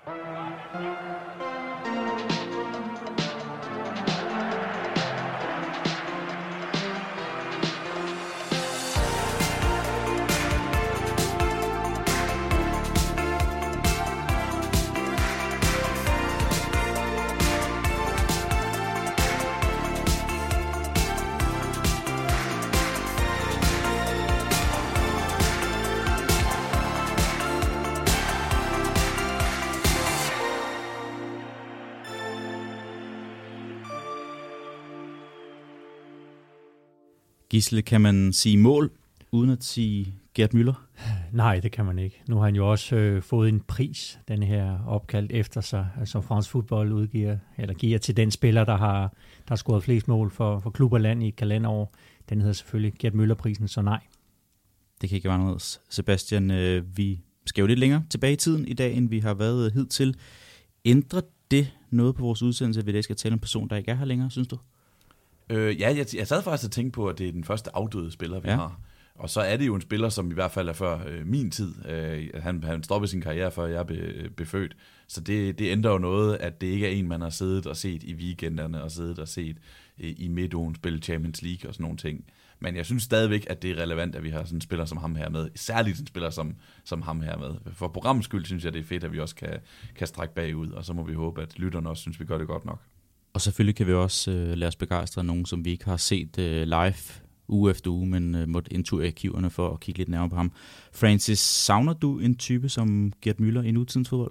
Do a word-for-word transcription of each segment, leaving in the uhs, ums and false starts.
Gisle, kan man sige mål, uden at sige Gerd Müller? Nej, det kan man ikke. Nu har han jo også øh, fået en pris, den her opkaldt efter sig, altså France Football udgiver, eller giver til den spiller, der har, der har scoret flest mål for, for klub og land i et kalenderår. Den hedder selvfølgelig Gerd Müller-prisen, så nej. Det kan ikke være noget. Sebastian, øh, vi skal jo lidt længere tilbage i tiden i dag, end vi har været hidtil. Ændrer det noget på vores udsendelse, at vi i dag skal tale om en person, der ikke er her længere, synes du? Øh, ja, jeg, jeg sad faktisk og tænkte på, at det er den første afdøde spiller, vi ja. har. Og så er det jo en spiller, som i hvert fald er før øh, min tid. Øh, han, han stoppede sin karriere, før jeg blev befødt. Så det, det ændrer jo noget, at det ikke er en, man har siddet og set i weekenderne, og siddet og set øh, i midtugen spille Champions League og sådan nogle ting. Men jeg synes stadigvæk, at det er relevant, at vi har sådan en spiller som ham her med. Særligt en spiller som, som ham her med. For programmets skyld synes jeg, det er fedt, at vi også kan, kan strække bagud. Og så må vi håbe, at lytterne også synes, vi gør det godt nok. Og selvfølgelig kan vi også øh, lade os begejstre nogen, som vi ikke har set øh, live uge efter uge, men øh, måtte indture i arkiverne for at kigge lidt nærmere på ham. Francis, savner du en type som Gerd Müller i nutidens fodbold?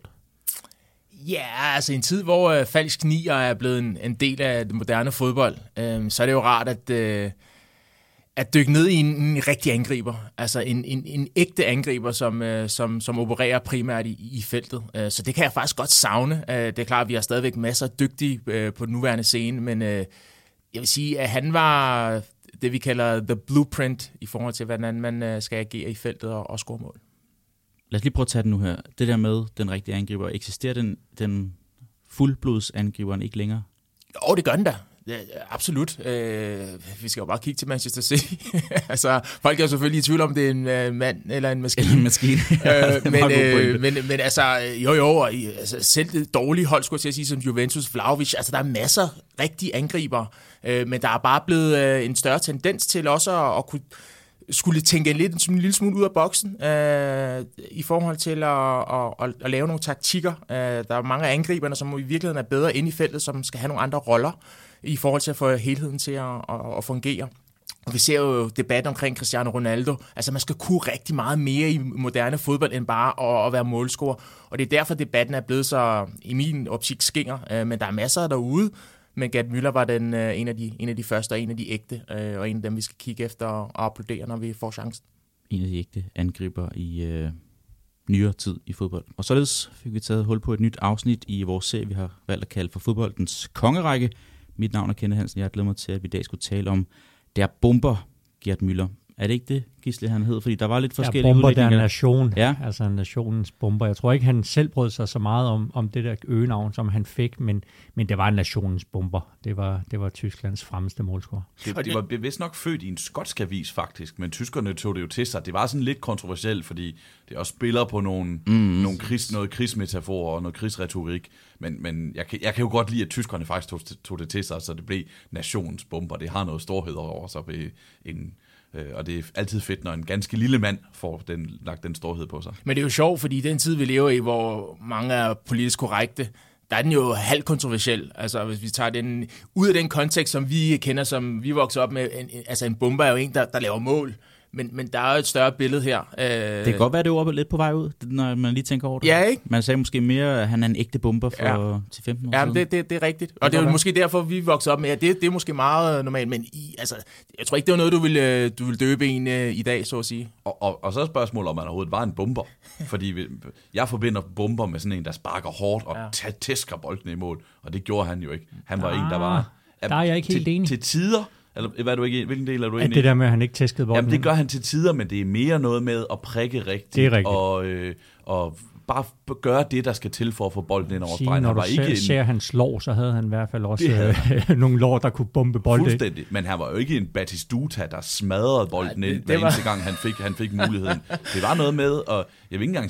Ja, altså en tid, hvor øh, falsk nier er blevet en, en del af det moderne fodbold, øh, så er det jo rart at, øh, at dykke ned i en, en rigtig angriber. Altså en, en, en ægte angriber, som, øh, som, som opererer primært i, i feltet. Øh, så det kan jeg faktisk godt savne. Øh, det er klart, at vi har stadigvæk masser af dygtige øh, på den nuværende scene, men øh, jeg vil sige, at han var det, vi kalder the blueprint i forhold til, hvordan man øh, skal agere i feltet og, og score mål. Lad os lige prøve at tage den nu her. Det der med den rigtige angriber. Eksisterer den, den fuldblodsangriber ikke længere? Jo, det gør den da. Ja, absolut. Øh, vi skal jo bare kigge til Manchester City. altså, folk er jo selvfølgelig i tvivl om, det er en øh, mand eller en maskine. en maskine. øh, men, øh, men, men altså, jo jo, altså, selv det dårlige hold, skulle jeg sige, som Juventus, Vlahovic, altså der er masser rigtige angriber, øh, men der er bare blevet øh, en større tendens til også at, at kunne skulle tænke en, lidt, en lille smule ud af boksen øh, i forhold til at, at, at, at lave nogle taktikker. Øh, der er mange af angriberne, som i virkeligheden er bedre inde i feltet, som skal have nogle andre roller i forhold til at få helheden til at, at, at fungere. Og vi ser jo debat omkring Cristiano Ronaldo. Altså man skal kunne rigtig meget mere i moderne fodbold end bare at, at være målscorer. Og det er derfor debatten er blevet så i min optik skinger. Øh, men der er masser derude. Men Gerd Müller var den, øh, en, af de, en af de første og en af de ægte, øh, og en af dem, vi skal kigge efter og applaudere, når vi får chancen. En af de ægte angriber i øh, nyere tid i fodbold. Og således fik vi taget hul på et nyt afsnit i vores serie, vi har valgt at kalde for fodboldens kongerække. Mit navn er Kenneth Hansen. Jeg glæder mig til, at vi i dag skulle tale om der bomber Gerd Müller. Er det ikke det, Gisle, han hed? Fordi der var lidt forskellige udviklinger. udviklinger. Der nation, ja. Altså nationens bomber. Jeg tror ikke, han selv brød sig så meget om, om det der øgenavn, som han fik, men, men det var nationens bomber. Det var, det var Tysklands fremmeste målscorer. Det, det var vist nok født i en skotsk avis, faktisk, men tyskerne tog det jo til sig. Det var sådan lidt kontroversielt, fordi det også spiller på nogle, mm. nogle krigs, noget krigsmetaforer og noget krigsretorik. Men, men jeg, kan, jeg kan jo godt lide, at tyskerne faktisk tog, tog det til sig, så det blev nationens bomber. Det har noget storhed over sig ved en... Og det er altid fedt, når en ganske lille mand får den, lagt den storhed på sig. Men det er jo sjovt, fordi i den tid, vi lever i, hvor mange er politisk korrekte, der er den jo halvt kontroversiel. Altså hvis vi tager den ud af den kontekst, som vi kender, som vi vokser op med, en, altså en bomber er jo en, der, der laver mål. Men, men der er jo et større billede her. Det kan godt være, det er oppe lidt på vej ud, når man lige tænker over det. Ja, ikke? Man sagde måske mere, at han er en ægte bomber for ja. til femten år ja, siden. Ja, det, det, det er rigtigt. Og det, det er jo måske derfor, vi voksede op med, at det, det er måske meget normalt. Men i, altså, jeg tror ikke, det var noget, du ville, du ville døbe en uh, i dag, så at sige. Og, og, og så er spørgsmålet, om man overhovedet var en bomber. Fordi vi, jeg forbinder bomber med sådan en, der sparker hårdt og ja. tæsker bolden i mål. Og det gjorde han jo ikke. Han var ah, en, der var... Der er jeg ikke helt til, enig. Til tider... Eller hvad er du ikke, hvilken del er du enig i? At det der med, at han ikke tæskede bolden. Jamen det gør han til tider, men det er mere noget med at prikke rigtigt. Det er rigtigt. Og, øh, og bare gøre det, der skal til for at få bolden ind over stregen. Når du var ikke ser en... hans lår, så havde han i hvert fald også øh, nogle lår, der kunne bombe bolden. Fuldstændig. Men han var jo ikke en Batistuta, der smadrede bolden Nej, det, ind, hver det var... eneste gang han fik, han fik muligheden. Det var noget med, og jeg vil ikke engang sige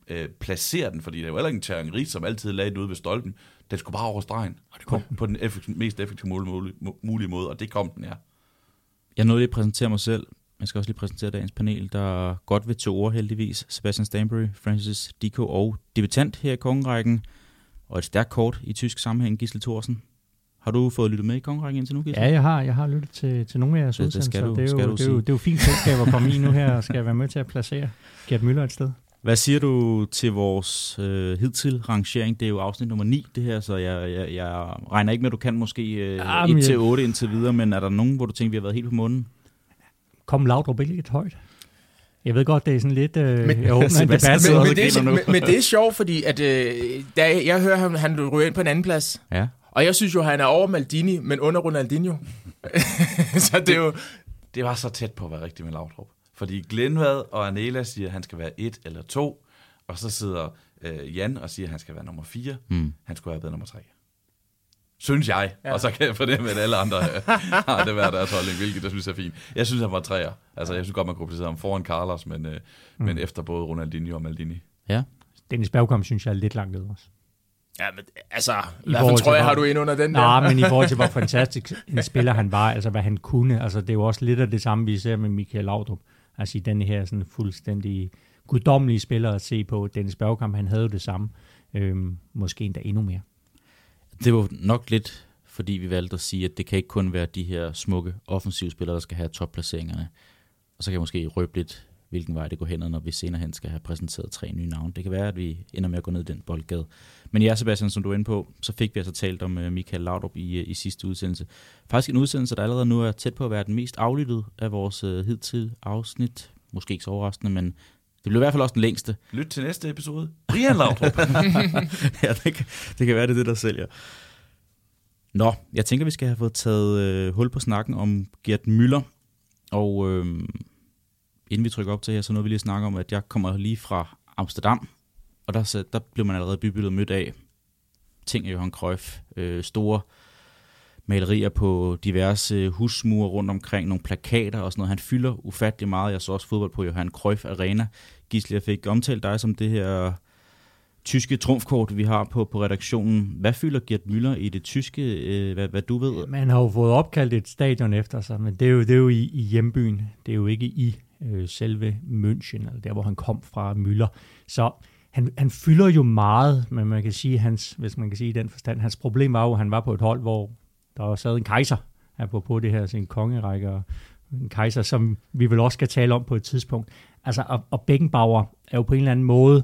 øh, placere den, fordi det er jo heller ikke en Thierry Henry, som altid lagde den ude ved stolpen. Den skulle bare over stregen, og det kom på, på den effektiv, mest effektive mulige, mulige måde, og det kom den, ja. Jeg nåede lige at præsentere mig selv. Jeg skal også lige præsentere dagens panel, der godt ved to ord heldigvis. Sebastian Stanbury, Francis Dicko og debutant her i kongerækken. Og et stærkt kort i tysk sammenhæng, Gisle Thorsen. Har du fået lyttet med i kongerækken indtil nu, Gisle? Ja, jeg har. Jeg har lyttet til, til nogle af jeres udsendelser. Det, det, det, det, det, det er jo fint selskab at komme i nu her, og skal være med til at placere Gert Müller et sted. Hvad siger du til vores øh, hidtil rangering? Det er jo afsnit nummer ni, det her, så jeg, jeg, jeg regner ikke med, at du kan måske øh, et til otte indtil videre, men er der nogen, hvor du tænker, vi har været helt på munden? Kom Laudrup ikke lidt højt? Jeg ved godt, det er sådan lidt... Øh, men, jeg åbner en debat. Men, men, det, men, men det er sjovt, fordi at, øh, der, jeg hører, han, han ryger ind på en anden plads. Ja. Og jeg synes jo, han er over Maldini, men under Ronaldinho. Så det er jo... Det var så tæt på at være rigtigt med Laudrup. Fordi Glenvad og Anela siger, at han skal være et eller to, og så sidder øh, Jan og siger, at han skal være nummer fire. Mm. Han skulle have været nummer tre. Synes jeg. Ja. Og så kan jeg fornemme, at alle andre har det været deres holdning, hvilket jeg synes er fint. Jeg synes, han var treer. Altså, jeg synes godt, man kunne placere ham foran Carlos, men, øh, mm. men efter både Ronaldinho og Maldini. Ja. Dennis Bergkamp synes jeg er lidt langt ned også. Ja, men altså, hvad tror jeg, har du ind under den der? Nej, men i forhold til, hvor fantastisk en spiller han var, altså hvad han kunne, altså det er jo også lidt af det samme, vi ser med Michael Laudrup. Altså i den her sådan fuldstændig guddommelige spiller at se på. Dennis Bergkamp, han havde jo det samme. Øhm, måske endda endnu mere. Det var nok lidt, fordi vi valgte at sige, at det kan ikke kun være de her smukke offensive spillere, der skal have topplaceringerne. Og så kan jeg måske røbe lidt, hvilken vej det går hen, når vi senere hen skal have præsenteret tre nye navne. Det kan være, at vi ender med at gå ned i den boldgade. Men ja, Sebastian, som du er inde på, så fik vi altså talt om Michael Laudrup i, i sidste udsendelse. Faktisk en udsendelse, der allerede nu er tæt på at være den mest aflyttede af vores uh, hidtil afsnit. Måske ikke så overraskende, men det bliver i hvert fald også den længste. Lyt til næste episode. Brian Laudrup. Ja, det kan, det kan være, det er det, der sælger. Nå, jeg tænker, vi skal have fået taget øh, hul på snakken om Gert Müller. Og øh, inden vi trykker op til her, så noget vi lige snakke om, at jeg kommer lige fra Amsterdam. Og der, der blev man allerede bybilledet mødt af ting af Johan Cruyff. Øh, store malerier på diverse husmure rundt omkring, nogle plakater og sådan noget. Han fylder ufattelig meget. Jeg så også fodbold på Johan Cruyff Arena. Gisle, jeg fik omtalt dig som det her tyske trumfkort, vi har på, på redaktionen. Hvad fylder Gert Müller i det tyske, øh, hvad, hvad du ved? Man har jo fået opkaldt et stadion efter sig, men det er jo, det er jo i, i hjembyen. Det er jo ikke i øh, selve München, eller der, hvor han kom fra, Müller. Så han, han fylder jo meget, men man kan sige, hans, hvis man kan sige i den forstand, hans problem var jo, at han var på et hold, hvor der sad en kejser, apropos det her, en kongerække, og en kejser, som vi vel også skal tale om på et tidspunkt. Altså, og, og Beckenbauer er jo på en eller anden måde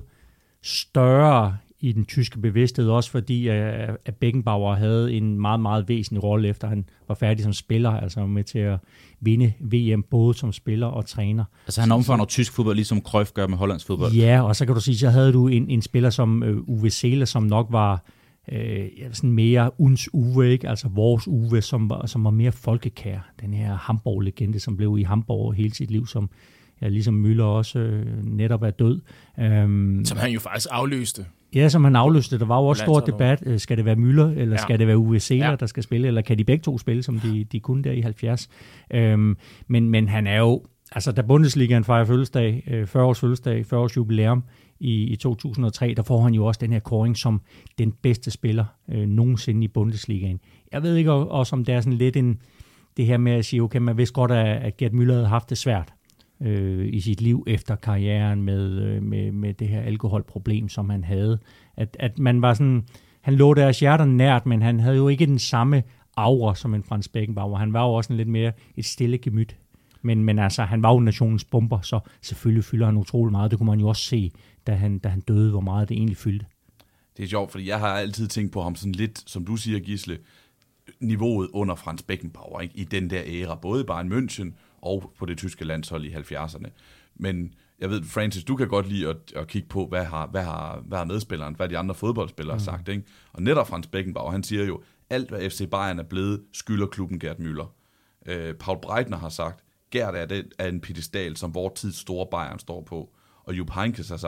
større i den tyske bevidsthed, også fordi at, at Beckenbauer havde en meget, meget væsentlig rolle, efter han var færdig som spiller, altså med til at vinde V M, både som spiller og træner. Altså han omfavner tysk fodbold, ligesom Cruyff gør med hollandsk fodbold? Ja, og så kan du sige, så havde du en, en spiller som uh, Uwe Seeler, som nok var øh, sådan mere uns Uwe, ikke? Altså vores Uwe, som var, som var mere folkekær. Den her Hamburg-legende, som blev i Hamburg hele sit liv, som ja, ligesom Müller også øh, netop er død. Um, som han jo faktisk afløste. Ja, som han afløste. Der var jo også stor debat. Skal det være Müller, eller ja. skal det være Uwe Seeler, ja. der skal spille, eller kan de begge to spille, som de, de kunne der i halvfjerds? Um, men, men han er jo, altså da Bundesligaen fejrer fødselsdag, fyrre års fødselsdag, fyrre års jubilæum i, i to tusind og tre, der får han jo også den her kåring som den bedste spiller øh, nogensinde i Bundesligaen. Jeg ved ikke også, om det er sådan lidt en, det her med at sige, okay, man vidste godt, at Gert Müller havde haft det svært øh, i sit liv efter karrieren med, øh, med, med det her alkoholproblem, som han havde. At, at man var sådan, han lå deres hjerter nært, men han havde jo ikke den samme aura som en Franz Beckenbauer. Han var jo også en lidt mere et stille gemyt. Men, men altså, han var jo nationens bomber, så selvfølgelig fylder han utrolig meget. Det kunne man jo også se, da han, da han døde, hvor meget det egentlig fyldte. Det er sjovt, fordi jeg har altid tænkt på ham sådan lidt, som du siger, Gisle, niveauet under Franz Beckenbauer, ikke? I den der æra, både i Bayern München og på det tyske landshold i halvfjerdserne. Men jeg ved, Francis, du kan godt lide at, at kigge på, hvad har, hvad, har, hvad har medspilleren, hvad de andre fodboldspillere mm. har sagt. Ikke? Og netop Franz Beckenbauer, han siger jo, alt hvad F C Bayern er blevet, skylder klubben Gert Müller. Øh, Paul Breitner har sagt, Gert er, det, er en pedestal, som vor tids store Bayern står på. Og Jupp Heynckes har sagt,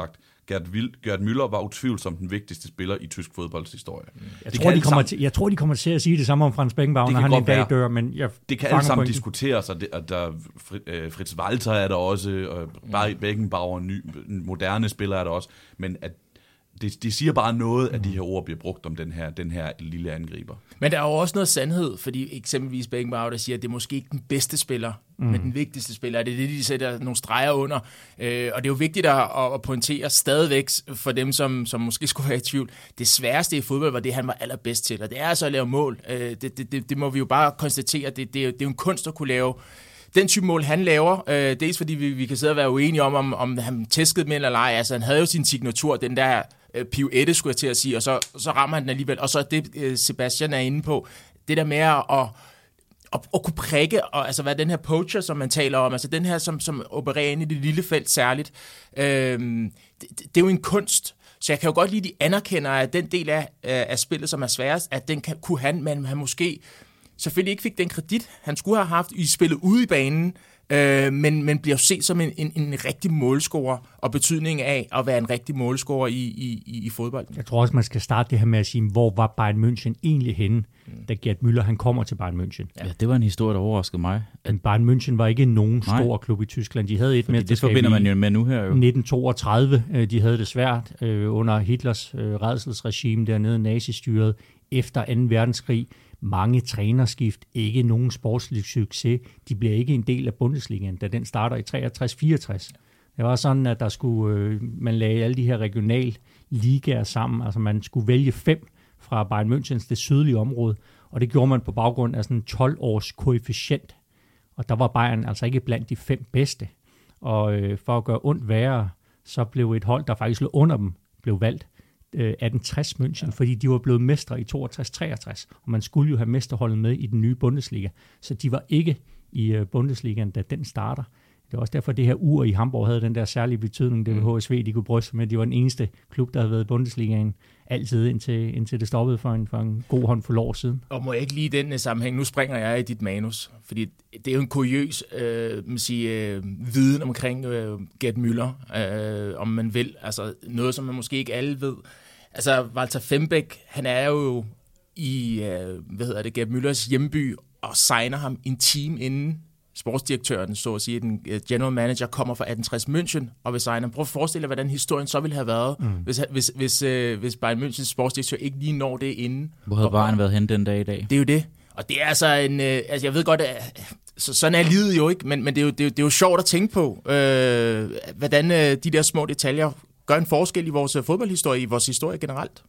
Gerd, Wild, Gerd Müller var utvivlsomt den vigtigste spiller i tysk fodboldshistorie. Jeg tror, de kommer til, jeg tror, de kommer til at sige det samme om Frans Beckenbauer, når han en dag dør, men jeg det kan alle sammen diskuteres, og, det, og der, Fritz Walter er der også, og Barry Beckenbauer, ny, moderne spiller er der også, men at Det, det siger bare noget, at de her ord bliver brugt om den her, den her lille angriber. Men der er jo også noget sandhed, fordi eksempelvis Beckenbauer, der siger, at det er måske ikke den bedste spiller, mm. men den vigtigste spiller. Det er det, de sætter nogle streger under. Øh, og det er jo vigtigt at, at pointere stadigvæk for dem, som, som måske skulle være i tvivl. Det sværeste i fodbold var det, han var allerbedst til, og det er altså at lave mål. Øh, det, det, det, det må vi jo bare konstatere. Det, det, det er jo en kunst at kunne lave den type mål, han laver, øh, dels fordi vi, vi kan sidde og være uenige om, om, om han tæskede med eller ej. Altså, han havde jo sin signatur, den der øh, pirouette, skulle jeg til at sige, og så, så rammer han den alligevel. Og så det, øh, Sebastian er inde på, det der med at, at, at, at kunne prikke, og altså være den her poacher, som man taler om, altså den her, som, som opererer inde i det lille felt særligt. Øh, det, det er jo en kunst. Så jeg kan jo godt lide, at de anerkender, at den del af, af spillet, som er sværest, at den kan, kunne han, men han måske selvfølgelig ikke fik den kredit, han skulle have haft i spillet ude i banen, øh, men, men bliver set som en, en, en rigtig målscorer, og betydningen af at være en rigtig målscorer i, i, i, i fodbold. Jeg tror også, man skal starte det her med at sige, hvor var Bayern München egentlig henne, mm. da Gerd Müller han kommer til Bayern München. Ja, det var en historie, der overraskede mig. Men Bayern München var ikke nogen Nej. stor klub i Tyskland. De havde et med det forbinder man jo med nu her jo. nitten toogtredive. De havde det svært øh, under Hitlers øh, rædselsregime dernede, nazistyret, efter anden verdenskrig. Mange trænerskift, ikke nogen sportslig succes. De bliver ikke en del af Bundesligaen, da den starter i treogtres fireogtres. Det var sådan, at der skulle, øh, man lagde alle de her regional ligaer sammen. Altså man skulle vælge fem fra Bayern Münchens det sydlige område, og det gjorde man på baggrund af sådan en tolv-års koefficient. Og der var Bayern altså ikke blandt de fem bedste. Og øh, for at gøre ondt værre, så blev et hold, der faktisk lå under dem, blev valgt. atten tres München, ja. Fordi de var blevet mestre i toogtres treogtres, og man skulle jo have mesterholdet med i den nye Bundesliga, så de var ikke i uh, Bundesligaen, da den starter. Det er også derfor, det her ur i Hamburg havde den der særlige betydning, det var H S V, de kunne bryste med. De var den eneste klub, der havde været i Bundesligaen altid, indtil, indtil det stoppede for en, for en god håndfuld år siden. Og må jeg ikke lige i den sammenhæng, nu springer jeg i dit manus, fordi det er jo en kuriøs øh, man siger, øh, viden omkring øh, Gerd Müller, øh, om man vil, altså noget, som man måske ikke alle ved. Altså, Walter Fembeck, han er jo i, øh, hvad hedder det, Gerd Müllers hjemby, og signer ham en time inden sportsdirektøren, så at sige, den general manager, kommer fra atten tres München, og vil signe ham. Prøv at forestille dig, hvordan historien så ville have været, mm. hvis, hvis, hvis, øh, hvis Bayern Münchens sportsdirektør ikke lige når det inden. Hvor havde Bayern været hen den dag i dag? Det er jo det. Og det er altså en, øh, altså jeg ved godt, at, så, sådan er livet jo ikke, men, men det, er jo, det, er jo, det er jo sjovt at tænke på, øh, hvordan øh, de der små detaljer gør en forskel i vores fodboldhistorie, i vores historie generelt.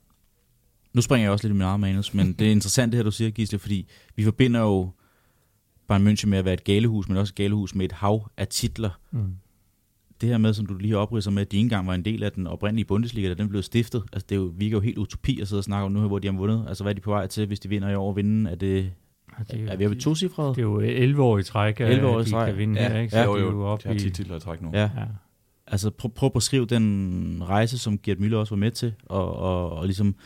Nu springer jeg også lidt i min eget manus, men det er interessant det her, du siger, Gisle, fordi vi forbinder jo Bayern München med at være et galehus, men også et galehus med et hav af titler. Mm. Det her med, som du lige opridser med, at de ikke engang var en del af den oprindelige Bundesliga, da den blev stiftet. Altså det er jo, virker jo helt utopi at sidde og snakke om nu her, hvor de har vundet. Altså hvad er de på vej til, hvis de vinder i år og vinder? Er det, ja, det er, er vi oppe i to-cifrede? Det er jo elleve år i træk, elleve år i de træk. kan vinde ja. her. Ikke? Ja, jo, jo. De har ti titler i træk nu. Ja. Ja. Altså prøv, prøv at beskrive den rejse, som Gerd Müller også var med til, og, og, og ligesom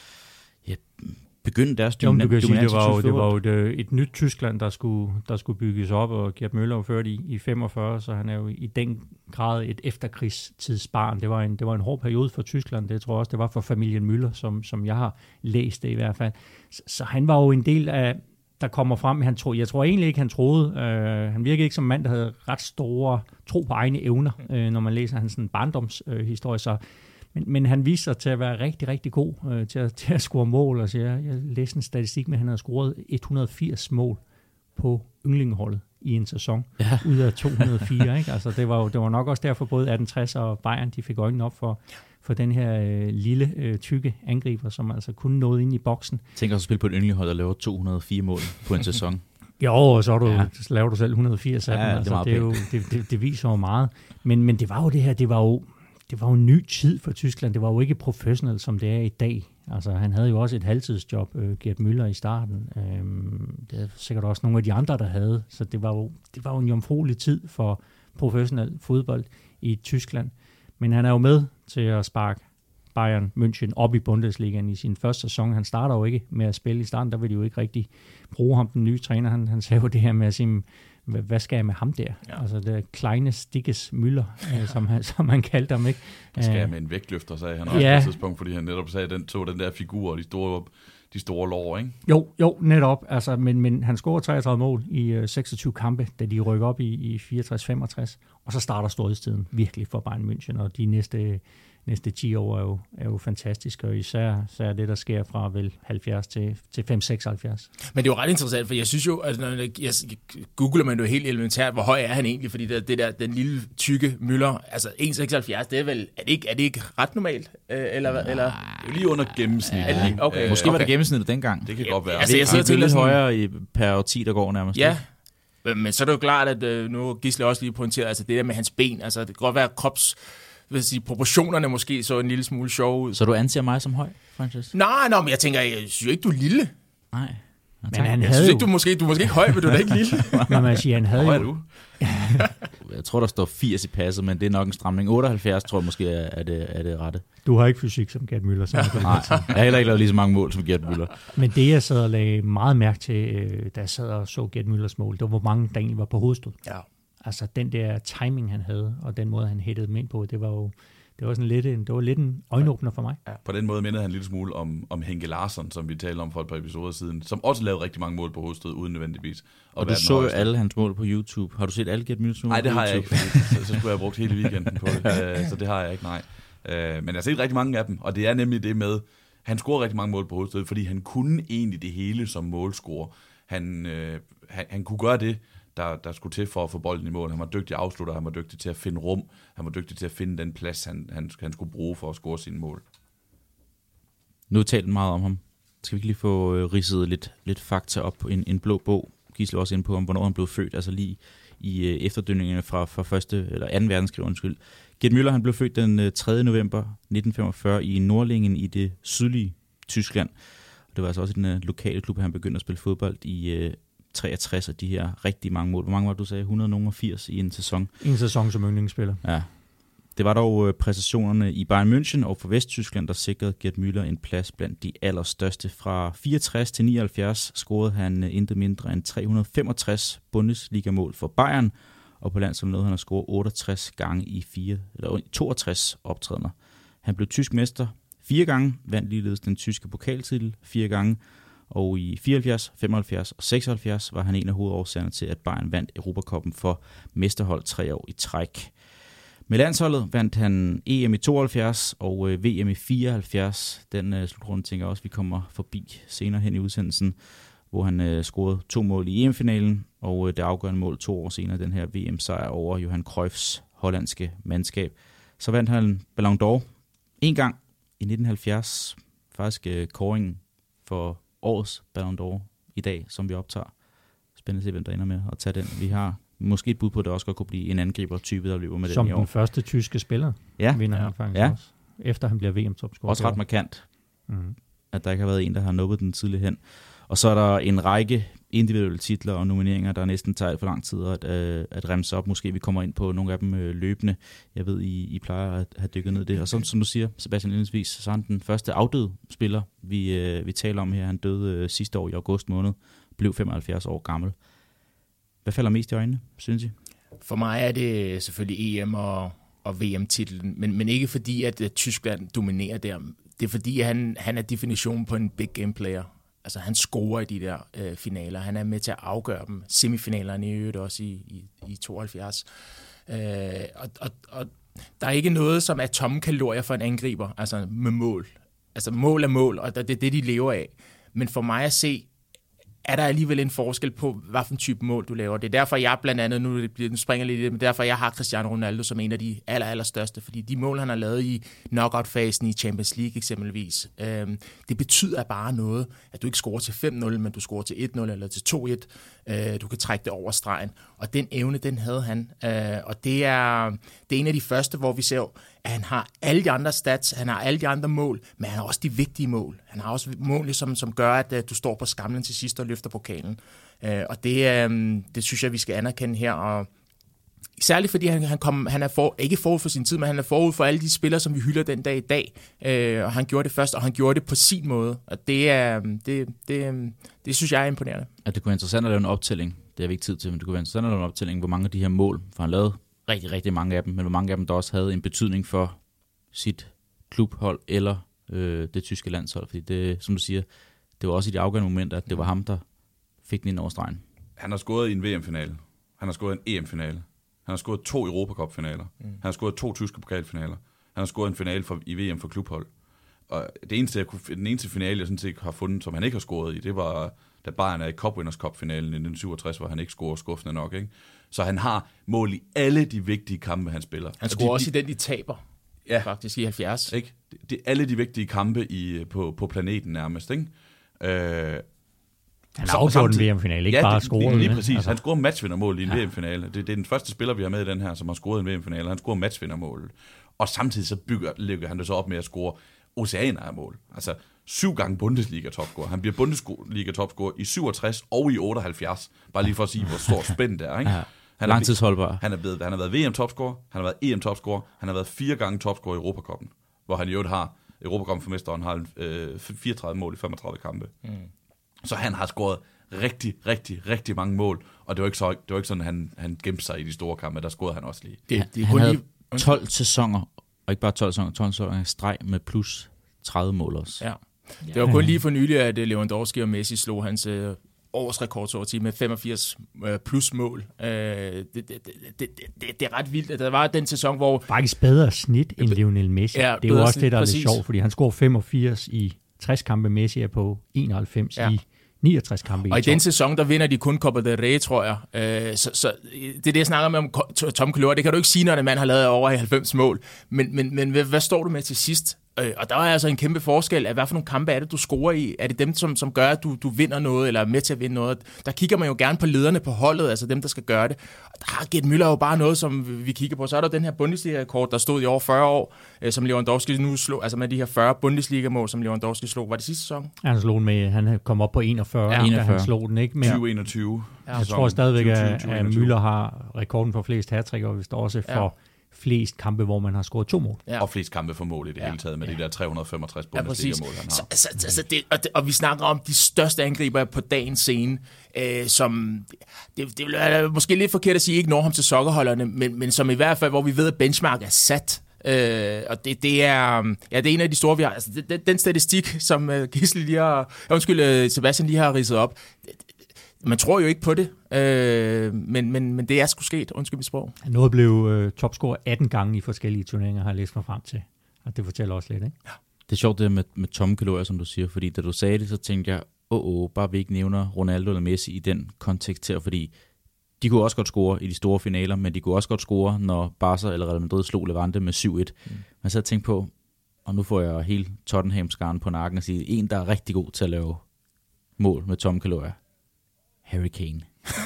ja, begynde deres dominans. Det var jo, det var jo et, et nyt Tyskland, der skulle, der skulle bygges op, og Gerd Müller var født i, i femogfyrre, så han er jo i den grad et efterkrigstidsbarn. Det var en, det var en hård periode for Tyskland, det tror jeg også, det var for familien Müller, som, som jeg har læst det i hvert fald. Så, så han var jo en del af, der kommer frem, han tro, jeg tror egentlig ikke, han troede, øh, han virkede ikke som en mand, der havde ret store tro på egne evner, øh, når man læser hans sådan, barndomshistorie, øh, så Men, men han viste sig til at være rigtig, rigtig god øh, til, at, til at score mål. Altså, jeg, jeg læste en statistik med, at han havde scoret et hundrede og firs mål på yndlingeholdet i en sæson, ja. Ud af to hundrede og fire. Ikke? Altså, det, var jo, det var nok også derfor, både atten tres og Bayern de fik øjnene op for, for den her øh, lille, øh, tykke angriber, som altså kun nåede ind i boksen. Tænk også at spille på et yndlingehold og lave to hundrede og fire mål på en sæson. Jo, og så, du, ja. så laver du selv et hundrede og firs af ja, dem. det, altså, det, er jo, det, det, det viser jo meget. Men, men det var jo det her, det var jo Det var jo en ny tid for Tyskland. Det var jo ikke professionelt, som det er i dag. Altså, han havde jo også et halvtidsjob, øh, Gerd Müller, i starten. Øhm, det er sikkert også nogle af de andre, der havde. Så det var jo, det var jo en jomfruelig tid for professionel fodbold i Tyskland. Men han er jo med til at sparke Bayern München op i Bundesligaen i sin første sæson. Han starter jo ikke med at spille i starten. Der vil de jo ikke rigtig bruge ham, den nye træner. Han, han sagde jo det her med at sige, hvad, hvad skal jeg med ham der? Ja. Altså det kleine Stikkes Müller, øh, som, han, som han kaldte ham, ikke? Hvad skal jeg med en vægtløfter, sagde han også ja. på et tidspunkt, fordi han netop sagde, at den tog den der figur og de store, de store lår, ikke? Jo, jo, netop. Altså, men, men han scorer treogtredive mål i øh, seksogtyve kampe, da de rykker op i, i fireogtres femogtres, og så starter storhedstiden virkelig for Bayern München, og de næste, næste ti år er jo, er jo fantastiske, og især, især det, der sker fra vel halvfjerds til, til fem seksoghalvfjerds. Men det er jo ret interessant, for jeg synes jo, at når jeg, jeg googler man jo helt elementært, hvor høj er han egentlig, fordi det, det der, den lille tykke Müller, altså en komma seksoghalvfjerds, det er vel, er det ikke, er det ikke ret normalt? Øh, eller, Nej, eller? det er lige under gennemsnittet. Ja, lige, okay. Øh, Måske okay. var det gennemsnittet dengang. Det kan ja, godt være. Altså, jeg sidder det er til lidt sådan, højere i, per ti, der går nærmest. Ja, men så er det jo klart, at øh, nu Gisle også lige pointeret, altså det der med hans ben, altså det kan godt være krops, vil sige, proportionerne måske så en lille smule sjove ud. Så du anser mig som høj, Francis? Nej, nej, men jeg tænker, jeg synes jo ikke, du er lille. Nej. Men han Jeg havde synes jo... ikke, du er måske, du er måske ikke høj, men du er da ikke lille. Når man siger, han havde Hvor er jo... du? Jeg tror, der står firs i passet, men det er nok en stramning. otteoghalvfjerds tror jeg måske er det, er det rette. Du har ikke fysik som Gerd Müller. Som Nej, jeg har heller ikke lavet lige så mange mål som Gerd Müller. Men det, jeg sad og lagde meget mærke til, da jeg sad og så Gerd Müllers mål, det var, hvor mange der egentlig var på hovedstød. Ja. Altså den der timing, han havde, og den måde, han hættede dem ind på, det var jo det var sådan lidt en, det var lidt en øjenåbner for mig. Ja. På den måde mindede han en lille smule om, om Henke Larsson, som vi talte om for et par episoder siden, som også lavede rigtig mange mål på hovedstød, uden nødvendigvis. Og, og du så jo alle hans mål på YouTube. Har du set alle Gerd Müllers mål? Nej, det på har YouTube? jeg ikke, så, så skulle jeg have brugt hele weekenden på det. Så det har jeg ikke, nej. Men jeg har set rigtig mange af dem, og det er nemlig det med, han scorer rigtig mange mål på hovedstød, fordi han kunne egentlig det hele som målscorer. Han, øh, han, han kunne gøre det, Der, der skulle til for at få bolden i mål. Han var dygtig afslutter, han var dygtig til at finde rum, han var dygtig til at finde den plads, han, han, han skulle bruge for at score sine mål. Nu talte meget om ham. Skal vi ikke lige få øh, ridset lidt, lidt fakta op på en, en blå bog? Gisle også ind på, om hvornår han blev født, altså lige i øh, efterdønningerne fra, fra første, eller anden verdenskrig, undskyld. Gerd Müller, han blev født den øh, tredje november nitten femogfyrre i Nordlingen i det sydlige Tyskland. Og det var altså også i den øh, lokale klub, han begyndte at spille fodbold i øh, treogtres, og de her rigtig mange mål. Hvor mange var det, du sagde? et hundrede og firs i en sæson. En sæson som yndlingsspiller. Ja. Det var dog øh, præstationerne i Bayern München og for Vesttyskland, der sikrede Gerd Müller en plads blandt de allerstørste. Fra fireogtres til nioghalvfjerds scorede han øh, intet mindre end tre hundrede og femogtres Bundesliga-mål for Bayern, og på landsholdet nåede han at score otteogtres gange i fire, eller toogtres optrædener. Han blev tysk mester fire gange, vandt ligeledes den tyske pokaltitel fire gange, og i fireoghalvfjerds, femoghalvfjerds og seksoghalvfjerds var han en af hovedårsagerne til, at Bayern vandt Europacuppen for mesterhold tre år i træk. Med landsholdet vandt han E M i tooghalvfjerds og V M i fireoghalvfjerds. Den uh, slutrunde tænker jeg også, vi kommer forbi senere hen i udsendelsen, hvor han uh, scorede to mål i E M-finalen, og uh, det afgørende mål to år senere, den her V M-sejr over Johan Cruyffs hollandske mandskab. Så vandt han Ballon d'Or en gang i nitten halvfjerds, faktisk uh, kåringen for årets Ballon d'Or i dag, som vi optager. Spændende at se, hvem der ender med at tage den. Vi har måske et bud på, at det også godt kunne blive en angriber-type, der løber med som den i år. Som den første tyske spiller, ja. vinder ja. han faktisk ja. også. Efter han bliver V M-topscorer. Også ret markant, mm-hmm. at der ikke har været en, der har nubbet den tidligere hen. Og så er der en række individuelle titler og nomineringer, der næsten tager for lang tid at, øh, at remse op. Måske vi kommer ind på nogle af dem øh, løbende. Jeg ved, I, I plejer at have dykket ned i det. Og som, som du siger, Sebastian indledningsvis, så er han den første afdøde spiller, vi, øh, vi taler om her. Han døde øh, sidste år i august måned, blev femoghalvfjerds år gammel. Hvad falder mest i øjnene, synes I? For mig er det selvfølgelig E M og, og V M-titlen, men, men ikke fordi, at, at Tyskland dominerer der. Det er fordi, at han, han er definitionen på en big game player. Altså han scorer i de der øh, finaler. Han er med til at afgøre dem. Semifinalerne i øvrigt også i, i, i tooghalvfjerds. Øh, og, og, og der er ikke noget, som er tomme kalorier for en angriber, altså med mål. Altså mål er mål, og det er det, de lever af. Men for mig at se, er der alligevel en forskel på, hvad for en type mål du laver. Det er derfor, jeg blandt andet, nu, nu springer lidt i det, men derfor, jeg har Cristiano Ronaldo som en af de aller, aller største, fordi de mål, han har lavet i knockout-fasen i Champions League eksempelvis, øh, det betyder bare noget, at du ikke scorer til fem nul, men du scorer til et nul eller til to et. Øh, du kan trække det over stregen. Og den evne, den havde han. Øh, og det er, det er en af de første, hvor vi ser, at han har alle de andre stats, han har alle de andre mål, men han har også de vigtige mål. Han har også mål, som, som gør, at uh, du står på skamlen til sidst og løfter pokalen. Uh, og det, um, det synes jeg, vi skal anerkende her. Og særligt fordi han, han, kom, han er for, ikke forud for sin tid, men han er forud for alle de spillere, som vi hylder den dag i dag. Uh, og han gjorde det først, og han gjorde det på sin måde. Og det, er, det, det, det synes jeg er imponerende. At det kunne være interessant at lave en optælling det har vi ikke tid til, men det kunne være sådan en optælling, hvor mange af de her mål, for han lavede rigtig, rigtig mange af dem, men hvor mange af dem, der også havde en betydning for sit klubhold eller øh, det tyske landshold, fordi det, som du siger, det var også i de afgørende momenter, at det var ham, der fik den ind over stregen. Han har scoret i en V M-finale. Han har scoret i en E M-finale. Han har scoret to Europacup-finaler. Mm. Han har scoret to tyske pokalfinaler. Han har scoret en finale for, i V M for klubhold. Og det eneste, jeg kunne, den eneste finale, jeg sådan set har fundet, som han ikke har scoret i, det var, da Bayern er i Cup Winners Cup-finalen i nitten syvogtres, hvor han ikke scorer skuffende nok. Ikke? Så han har mål i alle de vigtige kampe, han spiller. Han scorer de, også de, i den, de taber, ja, faktisk i halvfjerds. Ikke? Det, det er alle de vigtige kampe i, på, på planeten nærmest. Ikke? Øh, Han har afgjort en V M-finale, ikke ja, bare det, scoret. Lige præcis. Altså. Han scorer matchvindermål i en ja. V M-finale. Det, det er den første spiller, vi har med i den her, som har scoret en V M-finale. Han scorer matchvindermål. Og samtidig så bygger, lægger han det så op med at score oceaner af mål. Altså syv gange Bundesliga-topscorer. Han bliver Bundesliga-topscorer i syvogtres og i otteoghalvfjerds. Bare lige for at sige, hvor stor spænd det er. Ikke? Ja. Han Langtidsholdbar. Han, er blevet, han har været V M-topscorer, han har været E M-topscorer, han har været fire gange topscorer i Europacupen, hvor han i øvrigt har Europacupen for mesteren, har øh, fireogtredive mål i femogtredive kampe. Mm. Så han har scoret rigtig, rigtig, rigtig mange mål, og det var ikke, så, det var ikke sådan, at han, han gemte sig i de store kampe, der scorede han også lige. Det, det han havde lige tolv sæsoner, og ikke bare tolv sæsoner, tolv sæsoner i streg med plus tredive mål også. Ja. Det var kun lige for nylig, at Lewandowski og Messi slog hans øh, årsrekord så at sige, med femogfirs øh, plus mål. Øh, det, det, det, det, det, det er ret vildt. Der var den sæson, hvor... Faktisk bedre snit end Lionel Messi. Ja, det er jo også snit, det, der er lidt sjovt, fordi han scorer femogfirs i tres kampe, Messi er på enoghalvfems ja. i niogtres kampe. Og i, i den sæson, der vinder de kun Copa del Rey, tror jeg. Øh, så, så det er det, jeg snakker med om Tom Kalor. Det kan du ikke sige, når en mand har lavet over halvfems mål. Men, men, men hvad, hvad står du med til sidst? Øh, og der er altså en kæmpe forskel af, hvad for nogle kampe er det, du scorer i? Er det dem, som, som gør, at du, du vinder noget, eller er med til at vinde noget? Der kigger man jo gerne på lederne på holdet, altså dem, der skal gøre det. Og der har Gerd Müller jo bare noget, som vi kigger på. Så er der den her Bundesliga-rekord, der stod i over fyrre år, øh, som Lewandowski nu slog, altså med de her fyrre Bundesliga-mål, som Lewandowski slog. Var det sidste sæson? Han slog den med, han kom op på enogfyrre, ja, enogfyrre. Han slog den ikke. Men tyve enogtyve. Ja, jeg tror stadigvæk, at, at Müller har rekorden for flest hattrick, og hvis der også for... Ja. flest kampe, hvor man har scoret to mål. Ja. Og flest kampe for mål i det ja. hele taget, med ja. de der tre hundrede og femogtres Bundesliga-mål, han har. Så, altså, altså det, og, det, og vi snakker om de største angriber på dagens scene, øh, som, det, det er måske lidt forkert at sige, ikke når ham til sokkerholderne, men, men som i hvert fald, hvor vi ved, at benchmark er sat. Øh, og det, det, er, ja, det er en af de store, vi har. Altså, det, den, den statistik, som uh, Gisli lige har, undskyld, uh, Sebastian lige har ridset op, det, man tror jo ikke på det, øh, men, men, men det er sgu sket, undskyld mit sprog. Noget blev øh, topscorer atten gange i forskellige turneringer, har jeg læst mig frem til. Og det fortæller også lidt, ikke? Ja. Det er sjovt det med, med tomme kalorier, som du siger, fordi da du sagde det, så tænkte jeg, åh, oh, oh, bare vi ikke nævner Ronaldo eller Messi i den kontekst her, fordi de kunne også godt score i de store finaler, men de kunne også godt score, når Barca eller Real Madrid slog Levante med syv et. Mm. Men så har jeg tænkt på, og nu får jeg hele Tottenham-skaren på nakken og sige, en, der er rigtig god til at lave mål med tomme kalorier. Harry Kane.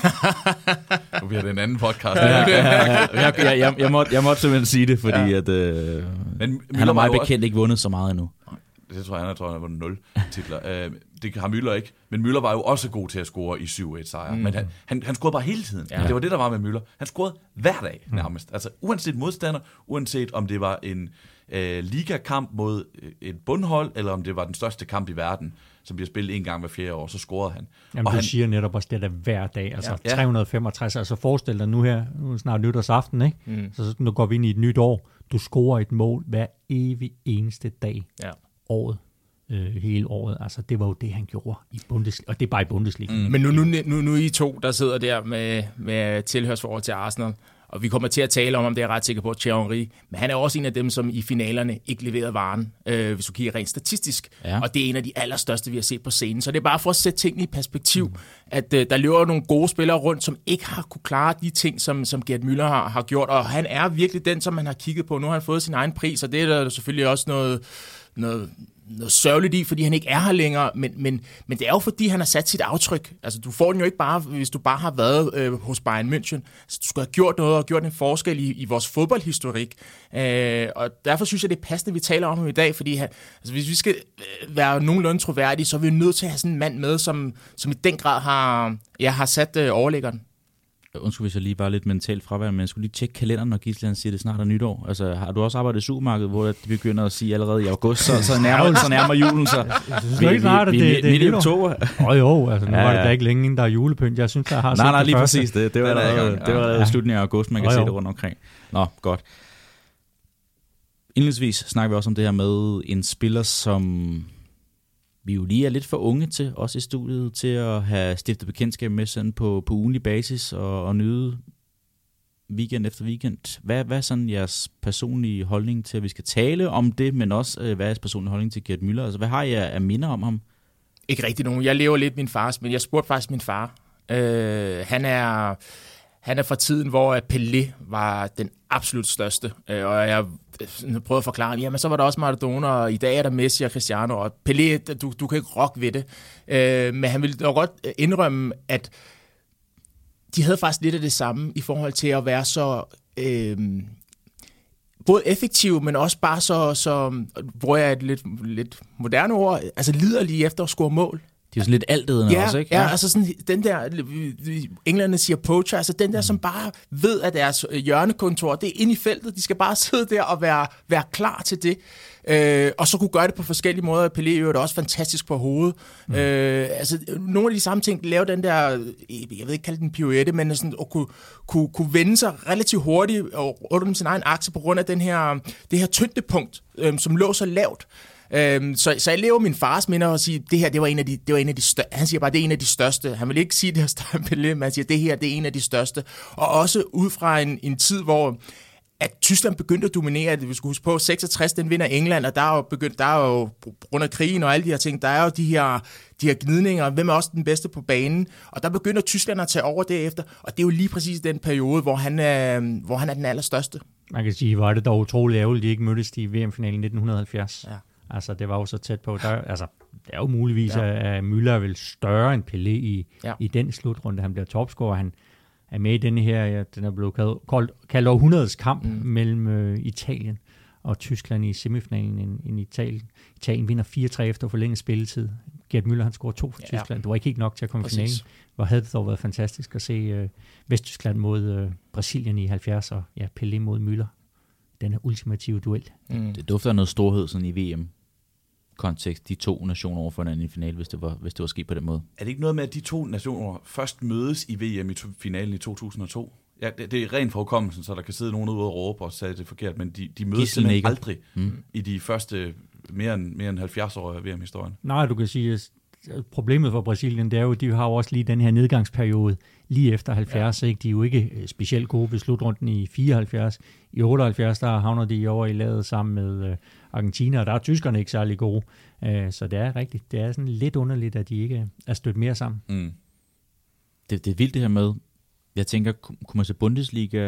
Nu bliver det en anden podcast. ja, ja, ja, ja. Jeg, jeg, jeg, jeg, måtte, jeg måtte simpelthen sige det, fordi ja. at, øh, Men han har meget bekendt også... ikke vundet så meget endnu. Det tror jeg, han, jeg tror, han har vundet nul titler. uh, det har Müller ikke. Men Müller var jo også god til at score i syv et sejre. Mm. Men han, han, han scorede bare hele tiden. Ja. Det var det, der var med Müller. Han scorede hver dag nærmest. Mm. Altså uanset modstander, uanset om det var en øh, ligakamp mod et bundhold, eller om det var den største kamp i verden, som bliver spillet en gang hver fjerde år, så scorede han. Jamen, og du han... siger netop også det der hver dag, altså ja. tre hundrede og femogtres, altså forestil dig nu her, nu er snart nytårsaften, ikke? Mm. Så nu går vi ind i et nyt år, du scorer et mål hver evig eneste dag, ja. året, øh, hele året, altså det var jo det, han gjorde i Bundesliga, og det er bare i Bundesliga. Mm. Men nu, nu, nu, nu er I to, der sidder der med, med tilhørsforhold til Arsenal, og vi kommer til at tale om, om det er ret sikker på, Thierry Henry, men han er også en af dem, som i finalerne ikke leverede varen, øh, hvis du kigger rent statistisk. Ja. Og det er en af de allerstørste, vi har set på scenen. Så det er bare for at sætte tingene i perspektiv, mm. at øh, der løber nogle gode spillere rundt, som ikke har kunne klare de ting, som, som Gerd Müller har, har gjort. Og han er virkelig den, som man har kigget på. Nu har han fået sin egen pris, og det er der selvfølgelig også noget... noget noget sørgeligt i, fordi han ikke er her længere, men, men, men det er jo fordi, han har sat sit aftryk. Altså, du får den jo ikke bare, hvis du bare har været øh, hos Bayern München. Altså, du skal have gjort noget og gjort en forskel i, i vores fodboldhistorik. Øh, og derfor synes jeg, det er passende, vi taler om ham i dag, fordi han, altså, hvis vi skal være nogenlunde troværdige, så er vi nødt til at have sådan en mand med, som, som i den grad har, ja, har sat øh, overliggeren. Undskyld, hvis jeg lige var lidt mentalt fraværende, men jeg skulle lige tjekke kalenderen, når Gisle siger, det snart er nytår. Altså, har du også arbejdet i supermarkedet, hvor de begynder at sige allerede i august, så, så, nærmer, så nærmer julen sig? Jeg synes ikke snart, at det, det, det er nytår. Oktober. Åh oh, jo, altså nu ja, var det da ikke længe, inden der er julepynt. Jeg synes, jeg har set nej, nej, lige første. præcis det. Det var allerede, det var allerede ja. slutningen af august, man kan oh, se det rundt omkring. Nå, godt. Indledningsvis snakker vi også om det her med en spiller, som vi jo lige er lidt for unge til, også i studiet, til at have stiftet bekendtskab med sådan på, på ugenlig basis og, og nyde weekend efter weekend. Hvad, hvad er sådan jeres personlige holdning til, at vi skal tale om det, men også hvad er jeres personlige holdning til Gerd Müller? Altså, hvad har jeg af minder om ham? Ikke rigtig nogen. Jeg lever lidt min fars, men jeg spurgte faktisk min far. Øh, han er... Han er fra tiden, hvor Pelé var den absolut største, og jeg prøvede at forklare, jamen så var der også Maradona, og i dag er der Messi og Cristiano, og Pelé, du, du kan ikke rokke ved det. Men han ville dog godt indrømme, at de havde faktisk lidt af det samme i forhold til at være så øh, både effektive, men også bare så, så bruger jeg et lidt, lidt moderne ord, altså liderlige efter at score mål. De er sådan lidt altædende ja, også, ikke? Ja, ja, altså sådan den der, englænderne siger poacher, altså den der, mm. som bare ved, at deres hjørnekontor, det er inde i feltet, de skal bare sidde der og være, være klar til det. Øh, og så kunne gøre det på forskellige måder. Pelé er også fantastisk på hovedet. Mm. Øh, altså nogle af de samme ting, lave den der, jeg ved ikke kalde den pirouette, men sådan at kunne, kunne, kunne vende sig relativt hurtigt og rundt om sin egen akse på grund af den her, det her tyngdepunkt, øh, som lå så lavt. Øhm, så, så jeg lever min fars minder og siger, det her, det var en af de, det var en af de største. Han siger bare, det er en af de største. Han vil ikke sige, det er større Pelé, men han siger, det her, det er en af de største. Og også ud fra en, en tid, hvor at Tyskland begyndte at dominere, det vi skulle huske på, seksogtres, den vinder England, og der er jo begyndt, der er jo på grund af krigen og alle de her ting, der er jo de her, de her gnidninger, hvem er også den bedste på banen, og der begynder Tyskland at tage over derefter, og det er jo lige præcis den periode, hvor han er, hvor han er den allerstørste. Man kan sige, var det dog utroligt ærgerligt, de ikke mødtes i V M-finalen nitten halvfjerds. Ja. Altså, det var jo så tæt på. Der, altså, det er jo muligvis, ja. at Müller er vel større end Pelé i, ja. i den slutrunde. Han bliver topscorer. Han er med i denne her, ja, den er blevet kaldt, kaldt århundredets kamp mm. mellem øh, Italien og Tyskland i semifinalen end, end Italien. Italien vinder fire tre efter forlænget spilletid. Gerd Müller, han scorer to for ja. Tyskland. Det var ikke helt nok til at komme i finalen. Hvor havde det dog været fantastisk at se øh, Vesttyskland mod øh, Brasilien i halvfjerds og ja, Pelé mod Müller. Den er ultimative duel. Mm. Det dufter af noget storhed sådan i V M. Kontekst, de to nationer over for hinanden i finalen, hvis det var, hvis det var sket på den måde. Er det ikke noget med, at de to nationer først mødes i V M i finalen i to tusind og to? Ja, det, det er rent fra hukommelsen, så der kan sidde nogen ude og råbe og sige det forkert, men de, de mødes simpelthen aldrig mm. i de første mere end, mere end halvfjerds år af V M-historien. Nej, du kan sige, at problemet for Brasilien, det er jo, de har jo også lige den her nedgangsperiode lige efter halvfjerds, ja. Ikke? De er jo ikke specielt gode ved slutrunden i fireoghalvfjerds. I otteoghalvfjerds, der havner de over i laget sammen med Argentina, og der er tyskerne ikke særlig gode. Så det er rigtigt. Det er sådan lidt underligt, at de ikke er stødt mere sammen. Mm. Det, det er vildt det her med, jeg tænker, kunne man se Bundesliga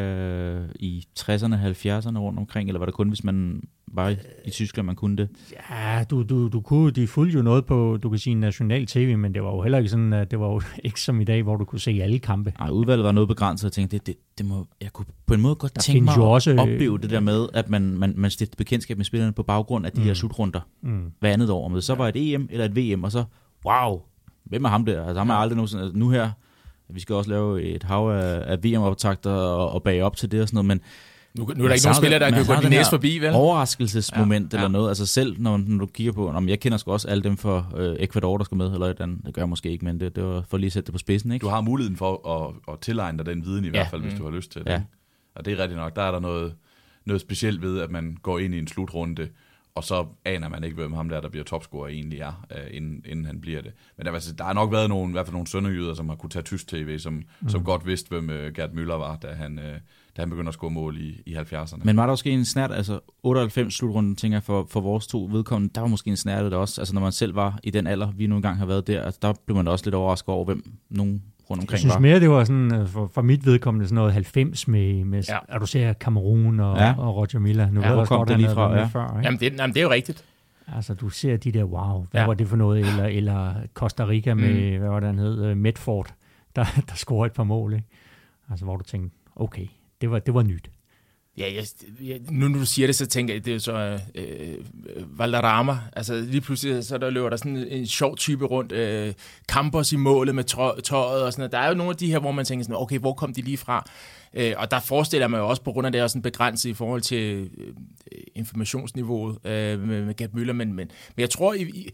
i tresserne og halvfjerdserne rundt omkring, eller var det kun, hvis man var i, i Tyskland, man kunne det? Ja, du, du, du kunne, de fulgte jo noget på, du kan sige, national tv, men det var jo heller ikke sådan, at det var jo ikke som i dag, hvor du kunne se alle kampe. Nej, udvalget var noget begrænset, og jeg tænkte, det, det, det må, jeg kunne på en måde godt der tænke mig at også, opleve det der med, at man, man, man stiftede bekendtskab med spillerne på baggrund af de mm. her slutrunder mm. hver andet år. Om det så var et E M eller et V M, og så, wow, hvem er ham der? Altså ham er aldrig nogensinde, altså, nu her, vi skal også lave et hav af, af V M-optagter og, og bage op til det og sådan noget, men nu, nu er der ikke nogen spillere, der kan gå de næste forbi, vel? Overraskelsesmoment ja, ja. eller noget, altså selv når, når du kigger på, om jeg kender sgu også alle dem for øh, Ecuador, der skal med, eller et andet, det gør jeg måske ikke, men det, det var for lige at sætte det på spidsen, ikke? Du har muligheden for at, at tilegne dig den viden i ja. hvert fald, hvis mm. du har lyst til det. Ja. Og det er rigtigt nok, der er der noget, noget specielt ved, at man går ind i en slutrunde, og så aner man ikke, hvem ham der, der bliver topscorer egentlig er, øh, inden, inden han bliver det. Men der, altså, der har nok været nogle, i hvert fald nogle sønderjyder, som har kunne tage tysk tv, som, mm. som godt vidste, hvem øh, Gerd Müller var, da han, øh, da han begyndte at score mål i, i halvfjerdserne. Men var der måske en snært, altså otteoghalvfems slutrunden, tænker jeg, for, for vores to vedkommende, der var måske en snært der også, altså når man selv var i den alder, vi nu engang har været der, altså, der blev man da også lidt overrasket over, hvem nogen rundt omkring var. Jeg synes mere, det var sådan, for, for mit vedkommende, sådan noget halvfems med, med ja. at du ser Cameroon og, ja. og Roger Milla. Nu ja, hvor kom det lige fra? Ja. Før, jamen, det, jamen, det er jo rigtigt. Altså, du ser de der, wow, hvad ja. var det for noget? Eller, eller Costa Rica med, mm. hvad var det, han hed? Medford, der, der scorede et par mål, ikke? Altså, hvor du tænkte, okay, det var, det var nyt. Ja, jeg, jeg, nu når du siger det, så tænker jeg, det er så øh, Valderrama. Altså lige pludselig, så der løber der sådan en, en sjov type rundt. Øh, Campos i målet med tøjet og sådan noget. Der er jo nogle af de her, hvor man tænker sådan, okay, hvor kom de lige fra? Øh, og der forestiller man jo også, på grund af det, er sådan begrænset i forhold til øh, informationsniveauet øh, med, med Gerd Müller. Men, men, men jeg tror, i, i,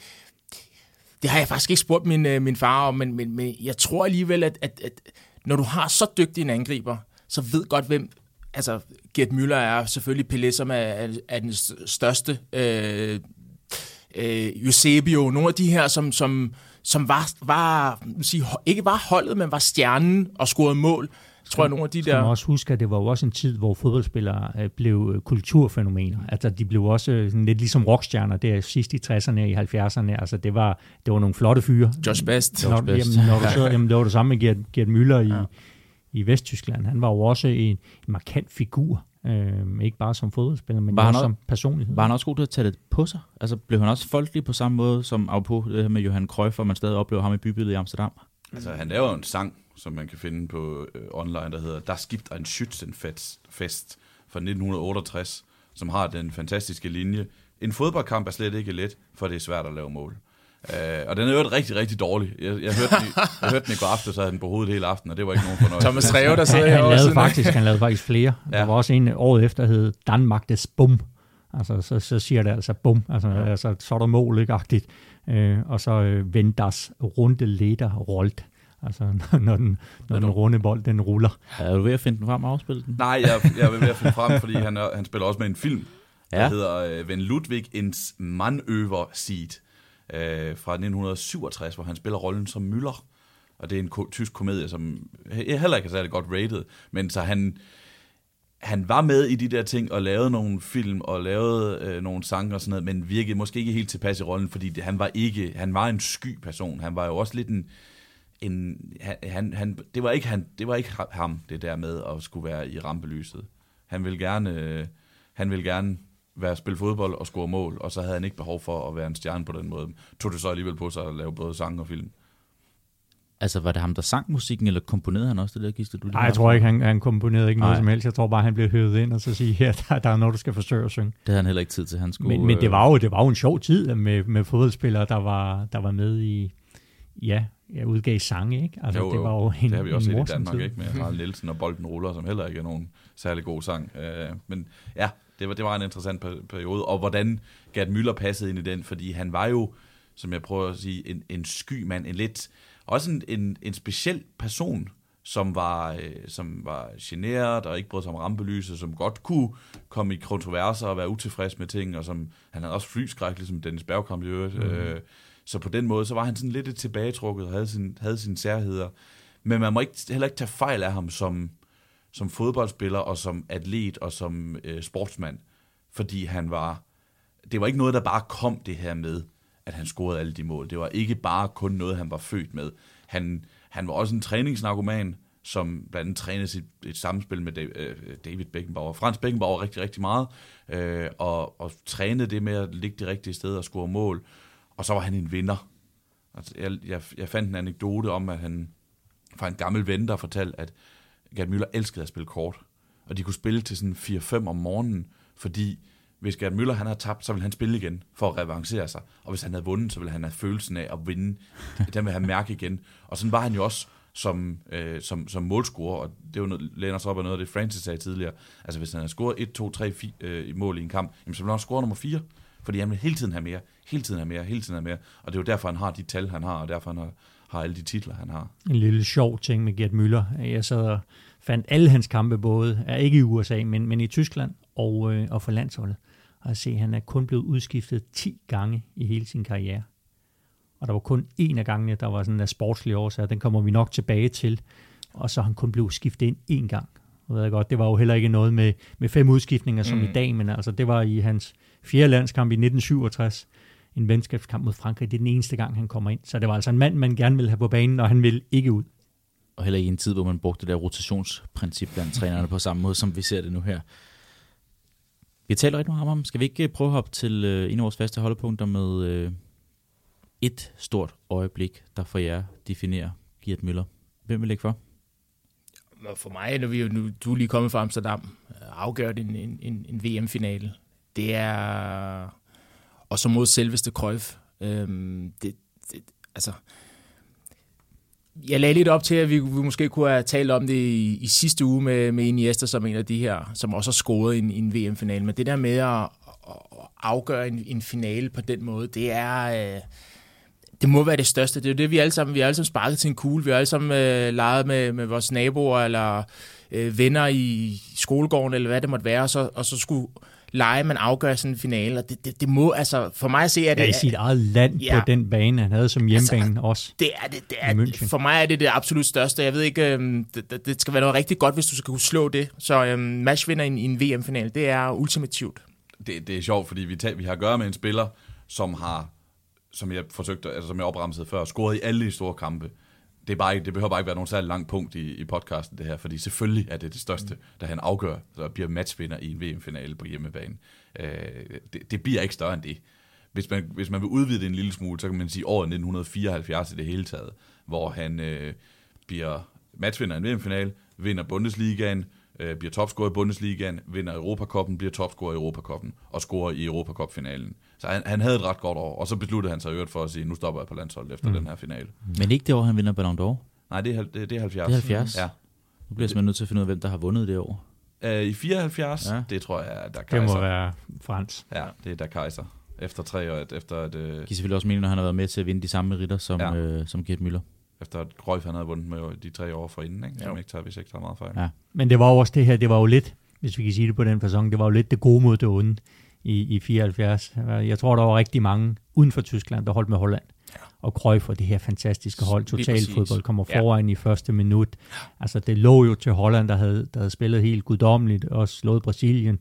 det har jeg faktisk ikke spurgt min, øh, min far om, men, men, men jeg tror alligevel, at, at, at når du har så dygtig en angriber, så ved godt, hvem... Altså, Gerd Müller er selvfølgelig Pelé, som er, er, er den største. Øh, øh, Eusebio, nogle af de her, som, som, som var, var sige, ikke var holdet, men var stjernen og scorede mål. Jeg tror, jeg, nogle af de der... Skal man også huske, at det var jo også en tid, hvor fodboldspillere blev kulturfænomener. Altså, de blev også sådan lidt ligesom rockstjerner der sidst i tresserne, i halvfjerdserne. Altså, det var, det var nogle flotte fyre. Josh Best. Når, Josh Best. Jamen, når du så, jamen, det var det samme med Gerd, Gerd Müller i... Ja. i Vesttyskland. Han var jo også en, en markant figur, øh, ikke bare som fodboldspiller, men også som personlighed. Var han også god til at tage det på sig? Altså blev han også folkelig på samme måde som apropos det her med Johan Cruyff, hvor man stadig oplever ham i bybilledet i Amsterdam? Altså han laver en sang, som man kan finde på øh, online, der hedder Das gibt ein Schützenfest fra nitten otteogtres, som har den fantastiske linje. En fodboldkamp er slet ikke let, for det er svært at lave mål. Uh, og den er jo rigtig, rigtig dårlig. Jeg, jeg, hørte den i, jeg hørte den i går aften, så havde den på hovedet hele aften, og det var ikke nogen fornøjelse. Thomas Reve, der sidder han, her han også. Lavede faktisk, han lavede faktisk flere. Ja. Der var også en året efter, der hed Danmark des Bum. Altså, så, så siger det altså bum. Altså, ja. altså så er der mål, ikke agtigt. Uh, og så uh, wenn das runde Leder rollt. Altså, når den, når den runde bold, den ruller. Er du ved at finde den frem og afspille den? Nej, jeg, jeg er ved at finde frem, fordi han, er, han spiller også med en film, der ja. hedder uh, Wenn Ludwig ins Manöver sieht. Øh, fra nitten syvogtres, hvor han spiller rollen som Müller. Og det er en ko- tysk komedie, som heller ikke er særlig godt rated. Men så han, han var med i de der ting, og lavede nogle film, og lavede øh, nogle sange og sådan noget, men virkede måske ikke helt tilpas i rollen, fordi det, han var ikke, han var en sky person. Han var jo også lidt en, en han, han, det var ikke han, det var ikke ham, det der med at skulle være i rampelyset. Han ville gerne, øh, han ville gerne være at spille fodbold og score mål, og så havde han ikke behov for at være en stjerne på den måde. Tog det så alligevel på sig at lave både sang og film. Altså, var det ham, der sang musikken, eller komponerede han også det der, Gisle? Nej, jeg tror ikke, han, han komponerede ikke noget Nej. som helst. Jeg tror bare, han blev høvet ind og så sige, her, der, der er noget, du skal forsøge at synge. Det havde han heller ikke tid til, han skulle... Men, men det, var jo, det var jo en sjov tid med, med fodboldspillere, der var, der var med i... Ja, jeg udgav sange, ikke? Altså, jo, det var jo en, det har vi også set i Danmark, tid. ikke? Med Harald Nielsen og Bolden Ruller, som heller ikke er nogen særlig god sang. Uh, men ja, det var, det var en interessant periode. Og hvordan Gerd Müller passede ind i den, fordi han var jo, som jeg prøver at sige, en, en sky mand, en lidt, også en, en, en speciel person, som var, øh, som var generet og ikke brød sig om rampelyset, som godt kunne komme i kontroverser og være utilfreds med ting, og som han havde også flyskræk, ligesom Dennis Bergkamp i øvrigt. Mm. Øh, så på den måde, så var han sådan lidt tilbagetrukket og havde, sin, havde sine særheder. Men man må ikke, heller ikke tage fejl af ham som, som fodboldspiller og som atlet og som øh, sportsmand, fordi han var, det var ikke noget, der bare kom det her med, at han scorede alle de mål. Det var ikke bare kun noget, han var født med. Han, han var også en træningsnarkoman, som blandt andet trænede sit, et samspil med David Beckenbauer. Frans Beckenbauer rigtig, rigtig meget, øh, og, og trænede det med at ligge det rigtige sted og score mål. Og så var han en vinder. Altså, jeg, jeg, jeg fandt en anekdote om, at han fra en gammel ven, der fortalte, at Gerd Müller elskede at spille kort. Og de kunne spille til sådan fire fem om morgenen, fordi hvis Gerd Müller han havde tabt, så ville han spille igen for at revancere sig. Og hvis han havde vundet, så ville han have følelsen af at vinde. Den vil han mærke igen. Og sådan var han jo også som, øh, som, som målscorer. Og det var noget, læner sig op af noget af det, Francis sagde tidligere. Altså hvis han havde scoret et, to, tre fire, øh, i mål i en kamp, jamen, så ville han også score nummer fire. Fordi han vil hele tiden have mere, hele tiden have mere, hele tiden have mere. Og det er jo derfor, han har de tal, han har, og derfor han har, har alle de titler, han har. En lille sjov ting med Gerd Müller. Jeg sad og fandt alle hans kampe, både er ikke i U S A, men, men i Tyskland og, øh, og for landsholdet. Og at se, han er kun blevet udskiftet ti gange i hele sin karriere. Og der var kun en af gangene, der var sådan en sportslig årsag. Den kommer vi nok tilbage til. Og så han kun blev skiftet ind én gang. Jeg ved godt, det var jo heller ikke noget med, med fem udskiftninger som mm. i dag, men altså, det var i hans fjerde landskamp i nitten syvogtres. En venskabskamp mod Frankrig. Det er den eneste gang, han kommer ind. Så det var altså en mand, man gerne ville have på banen, og han ville ikke ud. Og heller i en tid, hvor man brugte det der rotationsprincip blandt trænerne på samme måde, som vi ser det nu her. Vi taler rigtig meget om ham. Skal vi ikke prøve at hoppe til øh, en af vores faste holdepunkter med øh, et stort øjeblik, der for jer definerer Gerd Müller? Hvem vil lægge for? For mig, når vi nu, du er lige kommet fra Amsterdam, afgjort en, en, en V M-finale. Det er... Og så mod selveste Cruyff. Øhm, det, det, altså... Jeg lagde lidt op til, at vi, vi måske kunne have talt om det i, i sidste uge med, med Iniesta, som en af de her, som også har scoret en, en V M-finale. Men det der med at, at afgøre en, en finale på den måde, det er... Øh, det må være det største. Det er jo det, vi alle sammen, vi har alle sammen sparket til en kugle. Vi har alle sammen øh, leget med, med vores naboer eller øh, venner i skolegården, eller hvad det måtte være, og så, og så skulle lege, man afgør sådan en finale. Og det, det, det må, altså, for mig at se, at det... Ja, i sit eget land ja, på den bane, han havde som hjemmebane altså, også. Det er det, det er, for mig er det det absolut største. Jeg ved ikke, øh, det, det skal være noget rigtig godt, hvis du skal kunne slå det. Så øh, matchvinder i en, i en V M-finale, det er ultimativt. Det, det er sjovt, fordi vi, tager, vi har at gøre med en spiller, som har... som jeg forsøgte, altså som jeg opremsede før, scoret i alle de store kampe. Det, er bare ikke, det behøver bare ikke være nogen særlig lang punkt i, i podcasten, det her, fordi selvfølgelig er det det største, mm. da han afgør, så bliver matchvinder i en V M-finale på hjemmebane. Øh, det, det bliver ikke større end det. Hvis man, hvis man vil udvide det en lille smule, så kan man sige året nitten fireoghalvfjerds i det hele taget, hvor han øh, bliver matchvinder i en V M-finale, vinder Bundesligaen, øh, bliver topscorer i Bundesligaen, vinder Europacupen, bliver topscorer i Europacupen og scorer i Europacup-finalen. Så han, han havde et ret godt år, og så besluttede han sig øvrigt for at sige, nu stopper jeg på landsholdet efter mm. den her finale. Men ikke det år, han vinder Ballon d'Or? Nej, det er, det, det er halvfjerds. Det er halvfjerds? Ja. Nu bliver jeg simpelthen nødt til at finde ud af, hvem der har vundet det år. Uh, I fireoghalvfjerds, ja. Det tror jeg, der er Kaiser. Det må være Frans. Ja, det er der Kaiser. Efter tre år, efter et... Uh... Giver selvfølgelig også mening, når han har været med til at vinde de samme meritter som, ja. øh, som Gerd Müller. Efter at Cruyff, han havde vundet med de tre år forinden, ikke? Som ikke tager, hvis ikke tager meget fejl. Ja. Men det var jo også det her, det var jo lidt, hvis vi kan sige det på den facon, det var jo lidt det gode mod det onde i, i fireoghalvfjerds. Jeg tror, der var rigtig mange uden for Tyskland, der holdt med Holland. Ja. Og Cruyff og det her fantastiske hold, totalfodbold, kommer foran ja. i første minut. Altså, det lå jo til Holland, der havde, der havde spillet helt guddommeligt, og slået Brasilien.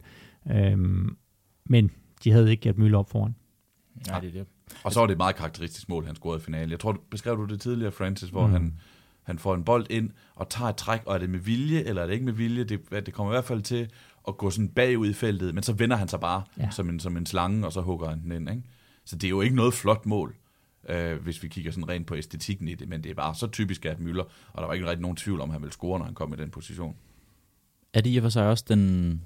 Øhm, men de havde ikke Gerd Müller op foran. Ja, det er det. Og så var det et meget karakteristisk mål, han scorede i finalen. Jeg tror, beskrev du det tidligere, Francis, hvor mm. han, han får en bold ind og tager et træk, og er det med vilje, eller er det ikke med vilje? Det, det kommer i hvert fald til at gå sådan bagud i feltet, men så vender han sig bare ja. som, en, som en slange, og så hugger han den ind. Ikke? Så det er jo ikke noget flot mål, øh, hvis vi kigger sådan rent på æstetikken i det, men det er bare så typisk Gerd Müller, og der var ikke rigtig nogen tvivl om, han ville score, når han kom i den position. Er det i og for sig også den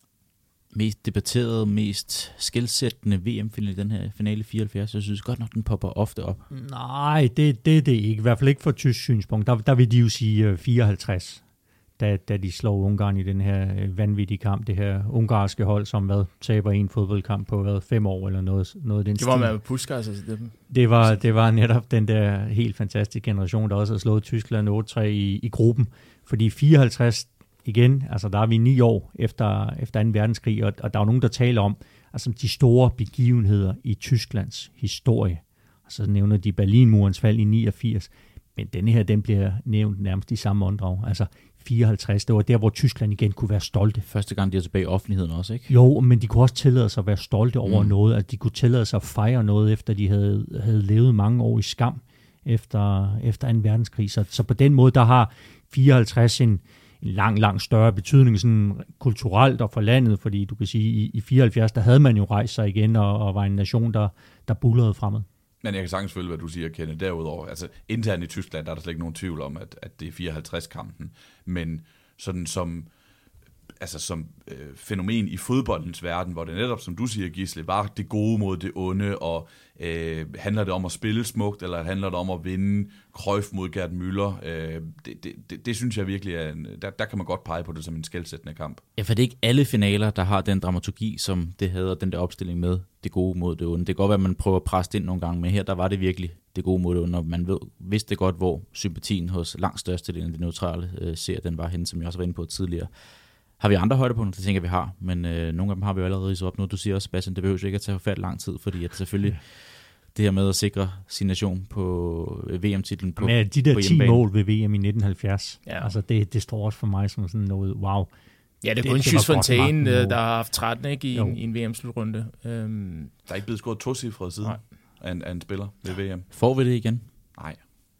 mest debatterede, mest skelsættende V M-finale i den her finale fireoghalvfjerds? Jeg synes godt nok, den popper ofte op. Nej, det, det er det ikke. I hvert fald ikke fra tysk synspunkt. Der, der vil de jo sige fireoghalvtreds, da, da de slår Ungarn i den her vanvittige kamp. Det her ungarske hold, som hvad, taber en fodboldkamp på hvad, fem år eller noget, noget den det var med Puskas. Altså det. Det, var, det var netop den der helt fantastiske generation, der også har slået Tyskland otte tre i, i gruppen. Fordi fireoghalvtreds igen, altså der er vi ni år efter, efter anden verdenskrig, og, og der er nogen, der taler om altså, de store begivenheder i Tysklands historie. Altså så nævner de Berlinmurens fald i niogfirs, men denne her, den bliver nævnt nærmest i samme åndedrag. Altså fireoghalvtreds, det var der, hvor Tyskland igen kunne være stolte. Første gang, de er tilbage i offentligheden også, ikke? Jo, men de kunne også tillade sig at være stolte over mm. noget, at de kunne tillade sig at fejre noget, efter de havde, havde levet mange år i skam efter, efter anden verdenskrig. Så, så på den måde, der har fireoghalvtreds en en lang, lang større betydning sådan kulturelt og for landet, fordi du kan sige, i, i fireoghalvfjerds, der havde man jo rejst sig igen, og, og var en nation, der, der bullerede fremad. Men jeg kan sagtens følge, hvad du siger, Kenneth. Derudover, altså internt i Tyskland, der er der slet ikke nogen tvivl om, at, at det er fireoghalvtreds-kampen, men sådan som altså som øh, fænomen i fodboldens verden, hvor det netop, som du siger, Gisle, var det gode mod det onde, og øh, handler det om at spille smukt, eller handler det om at vinde Cruyff mod Gerd Müller? Øh, det, det, det, det synes jeg virkelig er, en, der, der kan man godt pege på det som en skelsættende kamp. Ja, for det er ikke alle finaler, der har den dramaturgi, som det havde, og den der opstilling med det gode mod det onde. Det kan godt være, at man prøver at presse det ind nogle gange, men her der var det virkelig det gode mod det onde, og man ved, vidste godt, hvor sympatien hos langt størstedelen af de neutrale øh, ser, den var henne, som jeg også var inde på tidligere. Har vi andre højdepunkter? Det tænker vi har, men øh, nogle af dem har vi jo allerede ridset op nu. Du siger også, Sebastian, det behøver jo ikke at tage forfærdelig lang tid, fordi at selvfølgelig det her med at sikre sin nation på V M-titlen på hjemmebane. De der på ti mål ved V M i nitten halvfjerds, ja. altså det, det står også for mig som sådan noget wow. Ja, det er kun Jules Fontaine, der har haft tretten ikke, i, en, i en V M-slutrunde. Um, der er ikke blevet scoret to-cifrede siden af en, af en spiller ved V M. Får vi det igen? Nej.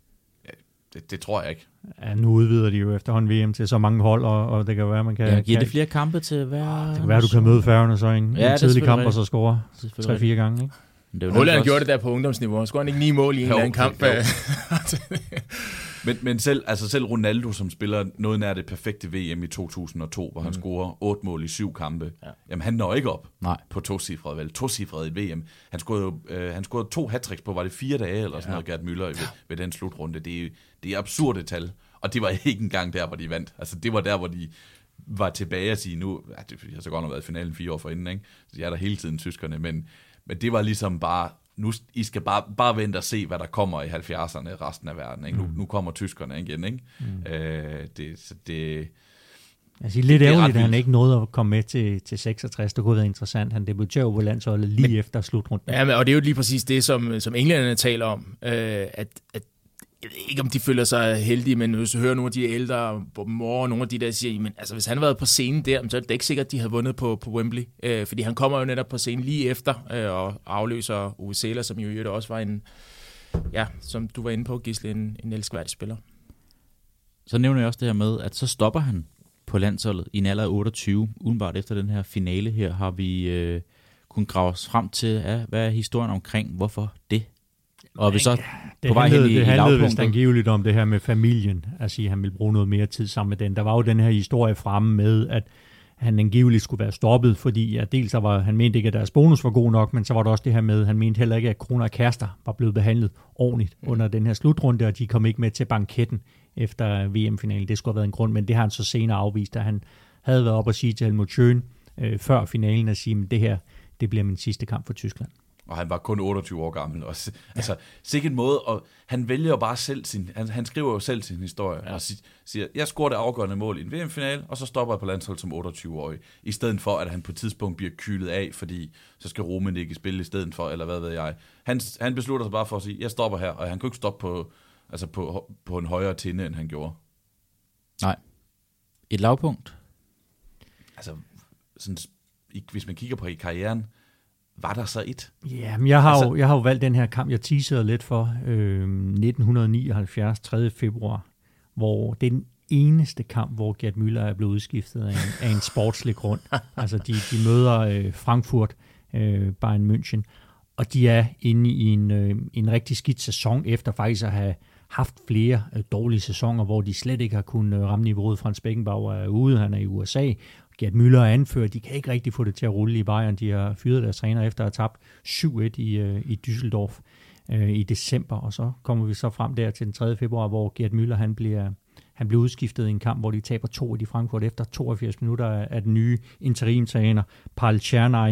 Det, det tror jeg ikke. Ja, nu udvider de jo efterhånden V M til så mange hold, og, og det kan være, man kan... Ja, giver det flere kampe til hver... Det kan være, du kan møde Færøerne så en, ja, en tidlig kamp, og så score tre-fire gange, ikke? Holland gjorde det der på ungdomsniveau. Skulle han ikke ni mål i en eller anden kamp? men Men, men selv, altså selv Ronaldo, som spiller noget nær det perfekte V M i to tusind og to, hvor han mm. scorer otte mål i syv kampe, ja. Jamen han når ikke op Nej. på tocifret, vel? Tocifret i V M. Han scorede, øh, han scorede to hattricks på, var det fire dage, eller sådan ja. noget, Gerd Müller ved, ved den slutrunde. Det er, det er absurde tal, og det var ikke engang der, hvor de vandt. Altså det var der, hvor de var tilbage at sige, nu, ja, det har så godt nok været i finalen fire år forinden, ikke? Så de er der hele tiden, tyskerne, men, men det var ligesom bare, nu I skal bare, bare vente og se, hvad der kommer i halvfjerdserne resten af verden, ikke? Nu, mm. nu kommer tyskerne igen, ikke? Mm. Øh, det, så det... Altså, lidt ærgerligt, at han ikke nåede at komme med til, til seksogtres. Det kunne være interessant. Han debuterede på landsholdet lige men, efter slutrunden. Ja, men, og det er jo lige præcis det, som, som englænderne taler om, øh, at, at jeg ved ikke, om de føler sig heldige, men hvis du hører nogle af de ældre mor og nogle af de der siger, men altså, hvis han havde været på scenen der, så er det ikke sikkert, at de havde vundet på, på Wembley. Øh, fordi han kommer jo netop på scenen lige efter øh, og afløser Uwe Seeler, som jo også var en, ja, som du var inde på, Gisle, en, en elskværdig spiller. Så nævner jeg også det her med, at så stopper han på landsholdet i en alder af otteogtyve. Udenbart efter den her finale her har vi øh, kunnet grave os frem til, ja, hvad er historien omkring, hvorfor det? Og vi så det på handlede, vej hen i, det handlede vist angiveligt om det her med familien, at sige, at han ville bruge noget mere tid sammen med den. Der var jo den her historie fremme med, at han angiveligt skulle være stoppet, fordi ja, dels så var, han mente ikke, at deres bonus var god nok, men så var der også det her med, han mente heller ikke, at kroner og kærester var blevet behandlet ordentligt mm. under den her slutrunde, og de kom ikke med til banketten efter V M-finalen. Det skulle have været en grund, men det har han så senere afvist, at han havde været op og sige til Helmut Schön øh, før finalen, at sige, at det her, det bliver min sidste kamp for Tyskland. Og han var kun otteogtyve år gammel. Og, altså, sikkert en måde, og han vælger jo bare selv sin, han, han skriver jo selv sin historie, ja. og siger, jeg scorer det afgørende mål i en V M-finale, og så stopper jeg på landsholdet som otteogtyve-årig, i stedet for, at han på et tidspunkt bliver kylet af, fordi så skal Rummenigge spille i stedet for, eller hvad ved jeg. Han, han beslutter sig bare for at sige, jeg stopper her, og han kunne ikke stoppe på, altså på, på en højere tinde, end han gjorde. Nej. Et lavpunkt? Altså, sådan, hvis man kigger på i karrieren, var der så et? Ja, men jeg har, altså, jo, jeg har jo valgt den her kamp, jeg teasede lidt for, øh, nitten nioghalvfjerds, tredje februar, hvor det er den eneste kamp, hvor Gerd Müller er blevet udskiftet af en, af en sportslig grund. Altså, de, de møder øh, Frankfurt, øh, Bayern München, og de er inde i en, øh, en rigtig skidt sæson, efter faktisk at have haft flere øh, dårlige sæsoner, hvor de slet ikke har kunnet øh, ramme niveauet. Frans Beckenbauer er ude, han er i U S A, Gerd Müller er anført, de kan ikke rigtig få det til at rulle i Bayern. De har fyret deres træner efter at have tabt syv et i, øh, i Düsseldorf øh, i december, og så kommer vi så frem der til den tredje februar, hvor Gerd Müller han bliver, han bliver udskiftet i en kamp, hvor de taber to i Frankfurt efter toogfirs minutter af den nye interimtræner, Paul Czernay.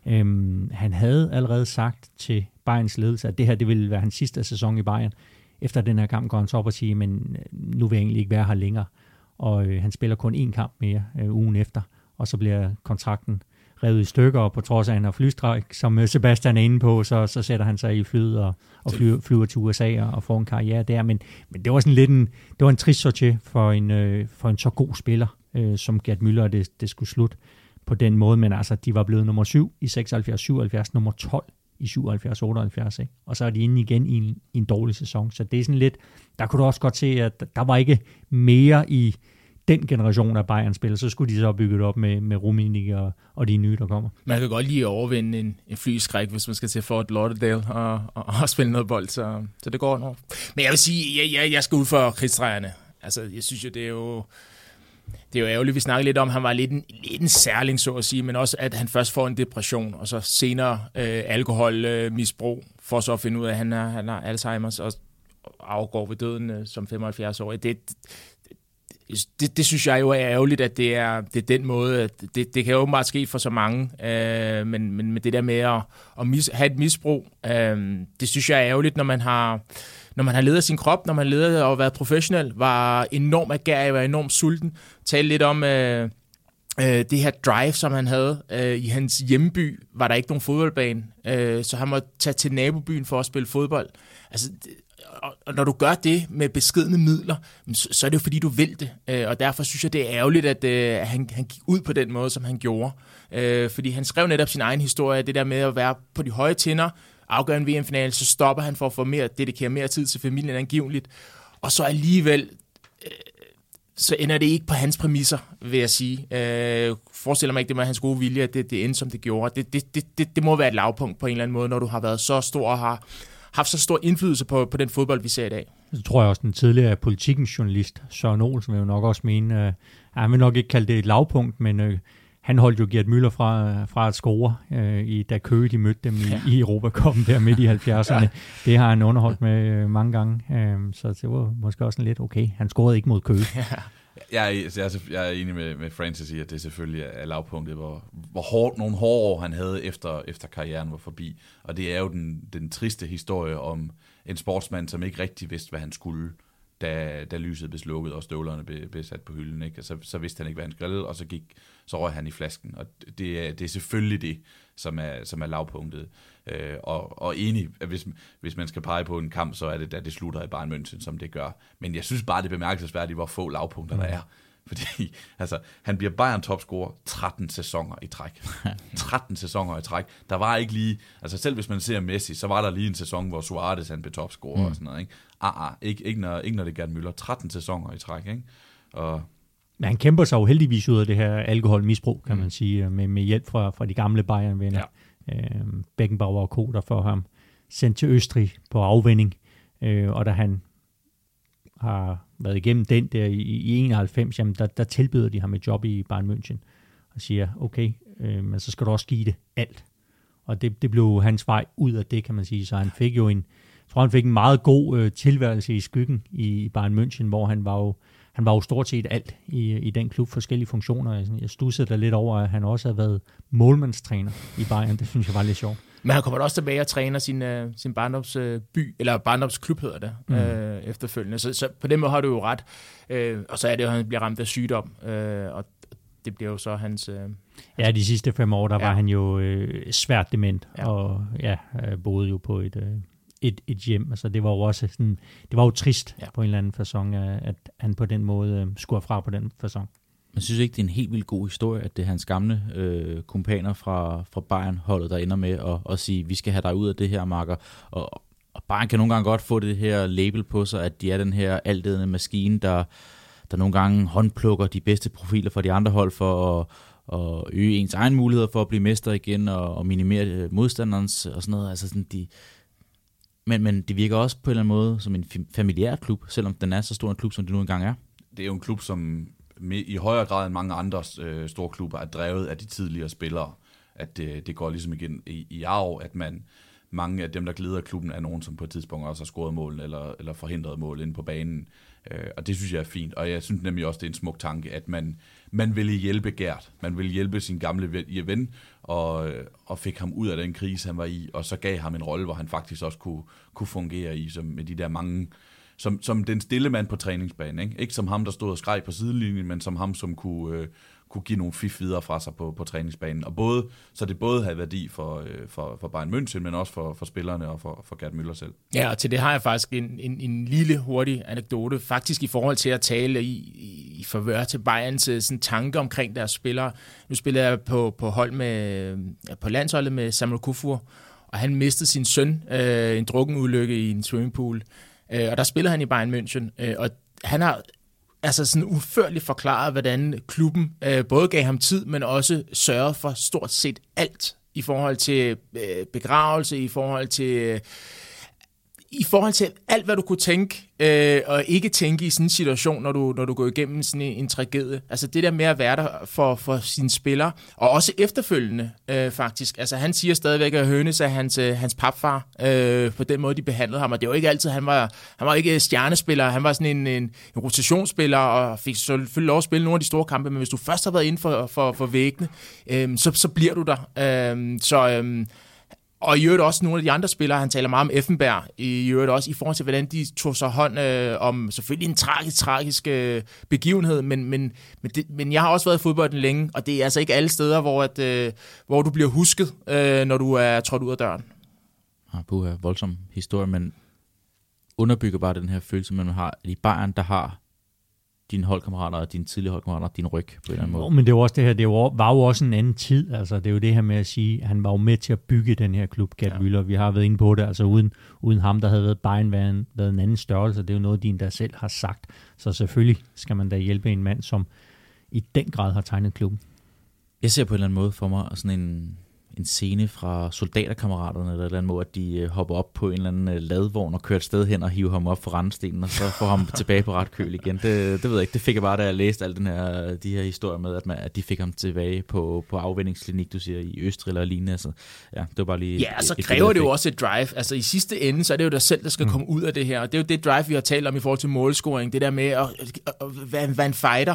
Øhm, han havde allerede sagt til Bayerns ledelse, at det her det ville være hans sidste sæson i Bayern. Efter den her kamp går han så op og siger, men nu vil jeg egentlig ikke være her længere. Og øh, han spiller kun én kamp mere øh, ugen efter, og så bliver kontrakten revet i stykker, og på trods af, at han har flystræk, som Sebastian er inde på, så, så sætter han sig i flyet og, og flyver, flyver til U S A og, og får en karriere der. Men, men det var sådan lidt en, det var en trist sortie for en, øh, for en så god spiller, øh, som Gerd Müller, det, det skulle slutte på den måde. Men altså, de var blevet nummer syv i seksoghalvfjerds syvoghalvfjerds, nummer tolv i syvoghalvfjerds otteoghalvfjerds, ikke? Og så er de inde igen i en, i en dårlig sæson. Så det er sådan lidt, der kunne du også godt se, at der var ikke mere i den generation af Bayern-spillere, så skulle de så bygge det op med, med Rummenigge og, og de nye, der kommer. Man kan godt lige overvinde en, en flyskræk, hvis man skal til Fort Lauderdale og, og, og spille noget bold, så, så det går nok. Men jeg vil sige, jeg, jeg, jeg skal ud for krigsdrejerne. Altså, jeg synes jo, det er jo det er jo ærgerligt, vi snakker lidt om, at han var lidt en, lidt en særling, så at sige, men også, at han først får en depression, og så senere øh, alkoholmisbrug, øh, for så at finde ud af, at han har, han har Alzheimer's, og afgår ved døden øh, som femoghalvfjerds-årig. Det, det, det synes jeg jo er ærgerligt, at det er, det er den måde. Det, det kan jo åbenbart ske for så mange, øh, men, men med det der med at, at mis, have et misbrug, øh, det synes jeg er ærgerligt, når man har, når man har ledet sin krop, når man har ledet og været professionel, var enormt agerig, var enormt sulten. Tale lidt om øh, øh, det her drive, som han havde. Øh, I hans hjemby var der ikke nogen fodboldbane, øh, så han måtte tage til nabobyen for at spille fodbold. Altså, og når du gør det med beskedne midler, så er det jo fordi, du vil det. Og derfor synes jeg, det er ærgerligt, at han, han gik ud på den måde, som han gjorde. Fordi han skrev netop sin egen historie, det der med at være på de høje tinder, afgøre en V M-finale, så stopper han for at få mere, dedikere mere tid til familien angiveligt. Og så alligevel, så ender det ikke på hans præmisser, vil jeg sige. Jeg forestiller mig ikke, det var hans gode vilje, at det, det endte, som det gjorde. Det, det, det, det må være et lavpunkt på en eller anden måde, når du har været så stor og har haft så stor indflydelse på, på den fodbold, vi ser i dag. Så tror jeg også, den tidligere Politikens journalist, Søren Olsen, vil jo nok også mene, øh, han vil nok ikke kalde det et lavpunkt, men øh, han holdt jo Gert Müller fra, fra at score, øh, i, da Køge de mødte dem i, ja. i Europacupen der midt i halvfjerdserne. Ja. Det har han underholdt med øh, mange gange, øh, så det var måske også lidt okay. Han scorede ikke mod Køge. Ja. Jeg er, jeg, er, jeg er enig med, med Francis i, at det selvfølgelig er lavpunktet, hvor, hvor hårdt, nogle hårde år han havde efter, efter karrieren var forbi. Og det er jo den, den triste historie om en sportsmand, som ikke rigtig vidste, hvad han skulle, da, da lyset blev slukket og støvlerne blev, blev sat på hylden. Ikke? Så, så vidste han ikke, hvad han skulle, og så, gik, så røg han i flasken. Og det er, det er selvfølgelig det, som er, som er lavpunktet. Øh, og, og enig, at hvis, hvis man skal pege på en kamp, så er det, da det slutter i Bayern München, som det gør. Men jeg synes bare, det er bemærkelsesværdigt, hvor få lavpunkter der er. Fordi altså, han bliver Bayern topscorer tretten sæsoner i træk. tretten sæsoner i træk. Der var ikke lige, altså selv hvis man ser Messi, så var der lige en sæson, hvor Suarez han blev topscorer mm. og sådan noget. Ikke? Ah, ah, ikke, ikke, når, ikke når det er Gerd Müller. tretten sæsoner i træk. Ikke? Og men han kæmper sig jo heldigvis ud af det her alkoholmisbrug, kan mm. man sige, med, med hjælp fra, fra de gamle Bayern-venner. Ja. Øh, Beckenbauer og Co., der får ham sendt til Østrig på afvinding, øh, og da han har været igennem den der i, i enoghalvfems, jamen der, der tilbyder de ham et job i Bayern München, og siger, okay, øh, men så skal du også give det alt. Og det, det blev hans vej ud af det, kan man sige. Så han fik jo en, jeg tror han fik en meget god øh, tilværelse i skyggen i Bayern München, hvor han var jo Han var jo stort set alt i, i den klub, forskellige funktioner. Jeg studsede da lidt over, at han også havde været målmandstræner i Bayern. Det synes jeg var lidt sjovt. Men han kommer også tilbage og træner sin, uh, sin barndomsby, eller barndomsklub hedder det, mm. øh, efterfølgende. Så, så på den måde har du jo ret. Øh, og så er det jo, at han bliver ramt af sygdom, øh, og det bliver jo så hans... Øh, ja, de sidste fem år, der ja. var han jo øh, svært dement, ja. og ja, boede jo på et... Øh, Et, et hjem. Altså det var jo også sådan, det var jo trist ja. på en eller anden facon, at han på den måde øh, skulle fra på den facon. Man synes ikke, det er en helt vildt god historie, at det er hans gamle øh, kumpaner fra, fra Bayern-holdet, der ender med at, at sige, vi skal have dig ud af det her, Marker. Og, og Bayern kan nogle gange godt få det her label på sig, at de er den her altædende maskine, der, der nogle gange håndplukker de bedste profiler fra de andre hold for at, at øge ens egen muligheder for at blive mester igen og, og minimere modstanderens og sådan noget. Altså sådan de Men, men det virker også på en eller anden måde som en familiær klub, selvom den er så stor en klub, som det nu engang er. Det er jo en klub, som i højere grad end mange andre øh, store klubber er drevet af de tidligere spillere. At det, det går ligesom igen i, i arv, at man, mange af dem, der glider klubben, er nogen, som på et tidspunkt også har scoret mål eller, eller forhindret mål inde på banen. Øh, og det synes jeg er fint. Og jeg synes nemlig også, det er en smuk tanke, at man, man ville hjælpe Gert. Man ville hjælpe sin gamle ven, og, og fik ham ud af den krise, han var i, og så gav ham en rolle, hvor han faktisk også kunne, kunne fungere i, som med de der mange, som, som den stille mand på træningsbanen. Ikke? Ikke som ham, der stod og skreg på sidelinjen, men som ham, som kunne, øh, kunne give nogle fif videre fra sig på, på træningsbanen. Og både, så det både havde værdi for, øh, for, for Bayern München, men også for, for spillerne og for, for Gerd Müller selv. Ja, og til det har jeg faktisk en, en, en lille hurtig anekdote, faktisk i forhold til at tale i, i, i forvør til Bayerns sådan, tanke omkring deres spillere. Nu spiller jeg på, på hold med, på landsholdet med Samuel Kufur, og han mistede sin søn, øh, en drukkenulykke i en swimmingpool, øh, og der spiller han i Bayern München, øh, og han har altså sådan uførligt forklaret, hvordan klubben øh, både gav ham tid, men også sørgede for stort set alt i forhold til øh, begravelse, i forhold til øh, i forhold til alt, hvad du kunne tænke, øh, og ikke tænke i sådan en situation, når du, når du går igennem sådan en, en tragedie. Altså det der med at være der for, for sine spillere, og også efterfølgende øh, faktisk. Altså han siger stadigvæk, at Hønes er hans, øh, hans papfar, øh, på den måde, de behandlede ham. Og det var ikke altid, han var, han var ikke stjernespiller, han var sådan en, en, en rotationsspiller, og fik selvfølgelig lov at spille nogle af de store kampe, men hvis du først har været inden for, for, for væggene, øh, så, så bliver du der. Øh, så... Øh, Og i øvrigt også nogle af de andre spillere, han taler meget om Effenberg, i øvrigt også i forhold til, hvordan de tog sig hånd øh, om selvfølgelig en tragisk, tragisk øh, begivenhed, men, men, men, det, men jeg har også været i fodbolden længe, og det er altså ikke alle steder, hvor, at, øh, hvor du bliver husket, øh, når du er trådt ud af døren. Ja, puha, voldsom historie, men underbygger bare den her følelse, man har i Bayern, der har dine holdkammerater og dine tidligere holdkammerater, din ryg på en eller anden måde. Oh, men det var også det her, det var, var jo også en anden tid, altså det er jo det her med at sige, at han var jo med til at bygge den her klub, Gerd ja. Müller, vi har været inde på det, altså uden, uden ham, der havde været Bayern været en, været en anden størrelse, det er jo noget, de der selv har sagt, så selvfølgelig skal man da hjælpe en mand, som i den grad har tegnet klubben. Jeg ser på en eller anden måde for mig sådan en, en scene fra Soldaterkammeraterne, eller et eller andet måde, at de øh, hopper op på en eller anden øh, ladvogn og kører et sted hen og hiver ham op for randstenen, og så får ham tilbage på ret køl igen. Det, det ved jeg ikke. Det fik jeg bare, da jeg læste alle den her, de her historier med, at, man, at de fik ham tilbage på, på afvindingsklinik, du siger, i Østrig eller lignende. Altså, ja, det var bare lige... Ja, og så kræver det jo også et drive. Altså i sidste ende, så er det jo dig selv, der skal mm. komme ud af det her. Og det er jo det drive, vi har talt om i forhold til målscoring. Det der med at, at, at være, være en fighter.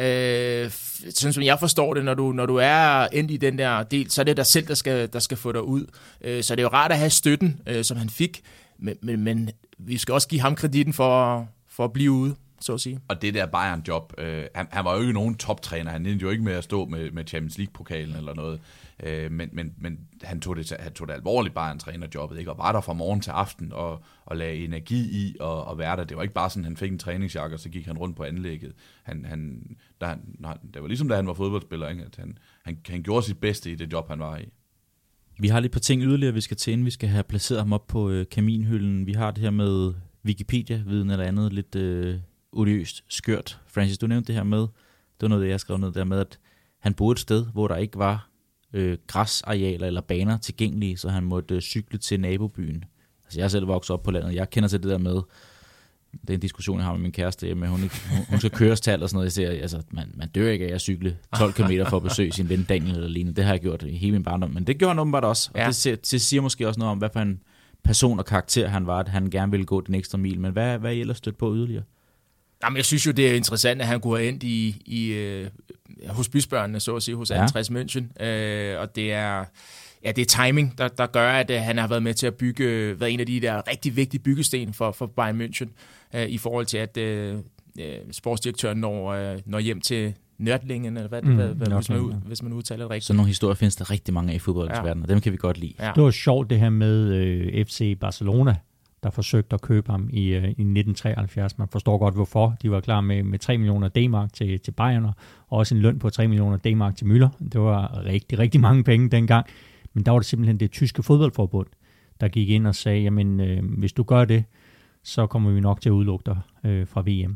Øh, sådan som jeg forstår det, når du, når du er endt i den der del, så er det dig selv, der skal, der skal få dig ud. Øh, så det er jo rart at have støtten, øh, som han fik. Men, men, men vi skal også give ham kreditten for, for at blive ude, så at sige. Og det der Bayern-job, øh, han, han var jo ikke nogen toptræner. Han endte jo ikke med at stå med, med Champions League-pokalen eller noget. Øh, men, men, men han tog det, han tog det alvorligt, Bayern-trænerjobbet, ikke? Og var der fra morgen til aften og, og lagde energi i og, og være der. Det var ikke bare sådan, han fik en træningsjakke, og så gik han rundt på anlægget. Han, han, der, han, det var ligesom, da han var fodboldspiller, ikke? At han, han, han gjorde sit bedste i det job, han var i. Vi har lige et par ting yderligere, vi skal til, inden vi skal have placeret ham op på øh, kaminhylden. Vi har det her med Wikipedia-viden eller andet, lidt øh, odiøst skørt. Francis, du nævnte det her med, det var noget, jeg skrev ned der med, at han boede et sted, hvor der ikke var øh, græsarealer eller baner tilgængelige, så han måtte øh, cykle til nabobyen. Altså jeg er selv vokset op på landet, jeg kender til det der med, det er en diskussion, jeg har med min kæreste hjemme, hun, ikke, hun, hun skal køres til alt og sådan noget. Jeg siger, altså, man, man dør ikke af at cykle tolv kilometer for at besøge sin ven Daniel eller lignende. Det har jeg gjort i hele min barndom, men det gjorde han åbenbart også. Og ja. det, det siger måske også noget om, hvad for en person og karakter han var, at han gerne ville gå den ekstra mil. Men hvad, hvad er I ellers stødt på yderligere? Jamen, jeg synes jo, det er interessant, at han kunne have endt i, i øh, hos bysbørnene, så at sige, hos ja. Eintracht München. Øh, og det er... Ja, det er timing, der, der gør, at uh, han har været med til at bygge, været en af de der rigtig vigtige byggesten for, for Bayern München, uh, i forhold til, at uh, uh, sportsdirektøren når, uh, når hjem til Nördlingen, eller hvad, mm, hvad, hvad hvis, man, hvis man udtaler det rigtigt. Så nogle historier findes der rigtig mange af i fodboldens ja. verden, og dem kan vi godt lide. Ja. Det var sjovt det her med uh, F C Barcelona, der forsøgte at købe ham i, uh, i nitten treoghalvfjerds. Man forstår godt, hvorfor. De var klar med, med tre millioner D-mark til, til Bayern, og også en løn på tre millioner D-mark til Müller. Det var rigtig, rigtig mange penge dengang. Men der var det simpelthen det tyske fodboldforbund, der gik ind og sagde, jamen øh, hvis du gør det, så kommer vi nok til at udelukke dig øh, fra V M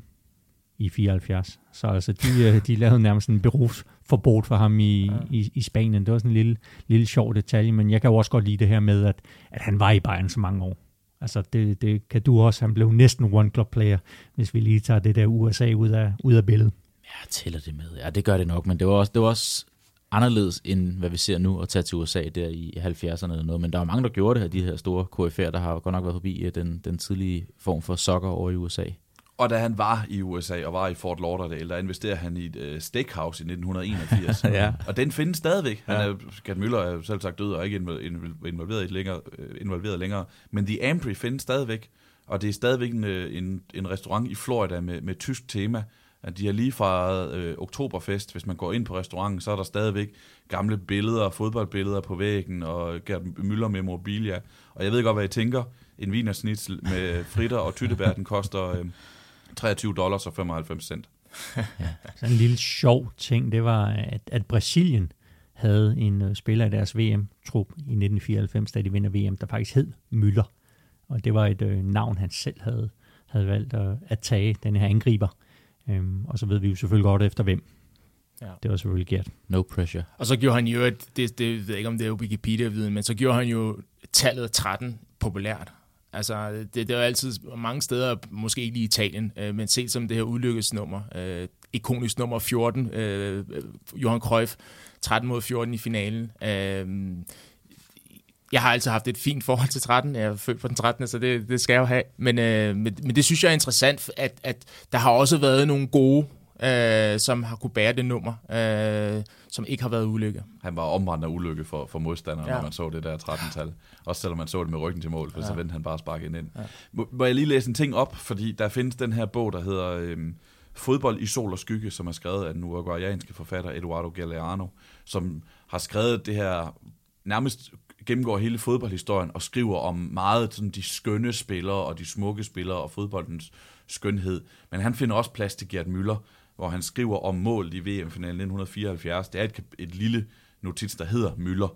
i fireoghalvfjerds. Så altså, de, øh, de lavede nærmest en berufsforbud for ham i, ja. i, i Spanien. Det var sådan en lille, lille sjov detalje, men jeg kan jo også godt lide det her med, at, at han var i Bayern så mange år. Altså det, det kan du også. Han blev næsten one club player, hvis vi lige tager det der U S A ud af, ud af billedet. Ja, tæller det med. Ja, det gør det nok, men det var også... Det var også anderledes end hvad vi ser nu, at tage til U S A der i halvfjerdserne eller noget. Men der var mange, der gjorde det her, de her store K F'er, der har godt nok været forbi den, den tidlige form for soccer over i U S A. Og da han var i U S A og var i Fort Lauderdale, der investerede han i et uh, steakhouse i nitten enogfirs. ja. Og den findes stadigvæk. Han er, Gerd Müller er selv sagt død og ikke involveret, længere, involveret længere. Men The Ampry findes stadigvæk. Og det er stadigvæk en, en, en restaurant i Florida med, med tysk tema. De har lige fra øh, Oktoberfest, hvis man går ind på restauranten, så er der stadigvæk gamle billeder, fodboldbilleder på væggen, og Gerd Müller memorabilia. Og jeg ved godt, hvad I tænker. En wienersnitzel med fritter og tyttebær, den koster øh, treogtyve dollars og femoghalvfems cent. Ja. Så en lille sjov ting, det var, at, at Brasilien havde en uh, spiller i deres V M-trup i nitten fireoghalvfems, da de vinder V M, der faktisk hed Müller. Og det var et uh, navn, han selv havde, havde valgt uh, at tage, den her angriber. Um, og så ved vi jo selvfølgelig godt efter hvem. Ja. Det var selvfølgelig Gert. No pressure. Og så gjorde han jo, det, det, det ved jeg ikke, om det er Wikipedia-viden, men så gjorde han jo tallet tretten populært. Altså, det, det var altid mange steder, måske ikke i Italien, øh, men set som det her ulykkesnummer. Øh, ikonisk nummer fjorten, øh, Johan Cruyff, tretten mod fjorten i finalen. Øh, Jeg har altid haft et fint forhold til tretten. Jeg er født på den trettende, så det, det skal jeg jo have. Men, øh, men, men det synes jeg er interessant, at, at der har også været nogle gode, øh, som har kunne bære det nummer, øh, som ikke har været ulykke. Han var omvandret ulykke for, for modstanderen, ja. Når man så det der tretten-tal. Også selvom man så det med ryggen til mål, for ja. Så vendte han bare sparket ind. Ja. Må, må jeg lige læse en ting op, fordi der findes den her bog, der hedder øh, Fodbold i sol og skygge, som er skrevet af den uruguayanske forfatter Eduardo Galeano, som har skrevet det her nærmest gennemgår hele fodboldhistorien og skriver om meget sådan, de skønne spillere og de smukke spillere og fodboldens skønhed. Men han finder også plads til Gerd Müller, hvor han skriver om mål i V M-finalen nitten fireoghalvfjerds. Det er et, et lille notits, der hedder Müller.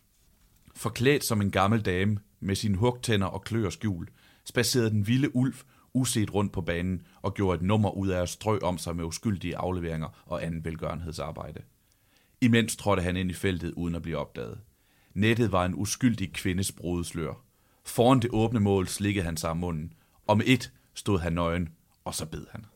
Forklædt som en gammel dame med sine hugtænder og kløer skjul, spacerede den vilde ulv uset rundt på banen og gjorde et nummer ud af at strø om sig med uskyldige afleveringer og anden velgørenhedsarbejde. Imens trådte han ind i feltet uden at blive opdaget. Nettet var en uskyldig kvindes brudeslør. Foran det åbne mål slikkede han sig om munden. Og med et stod han nøgen, og så bed han.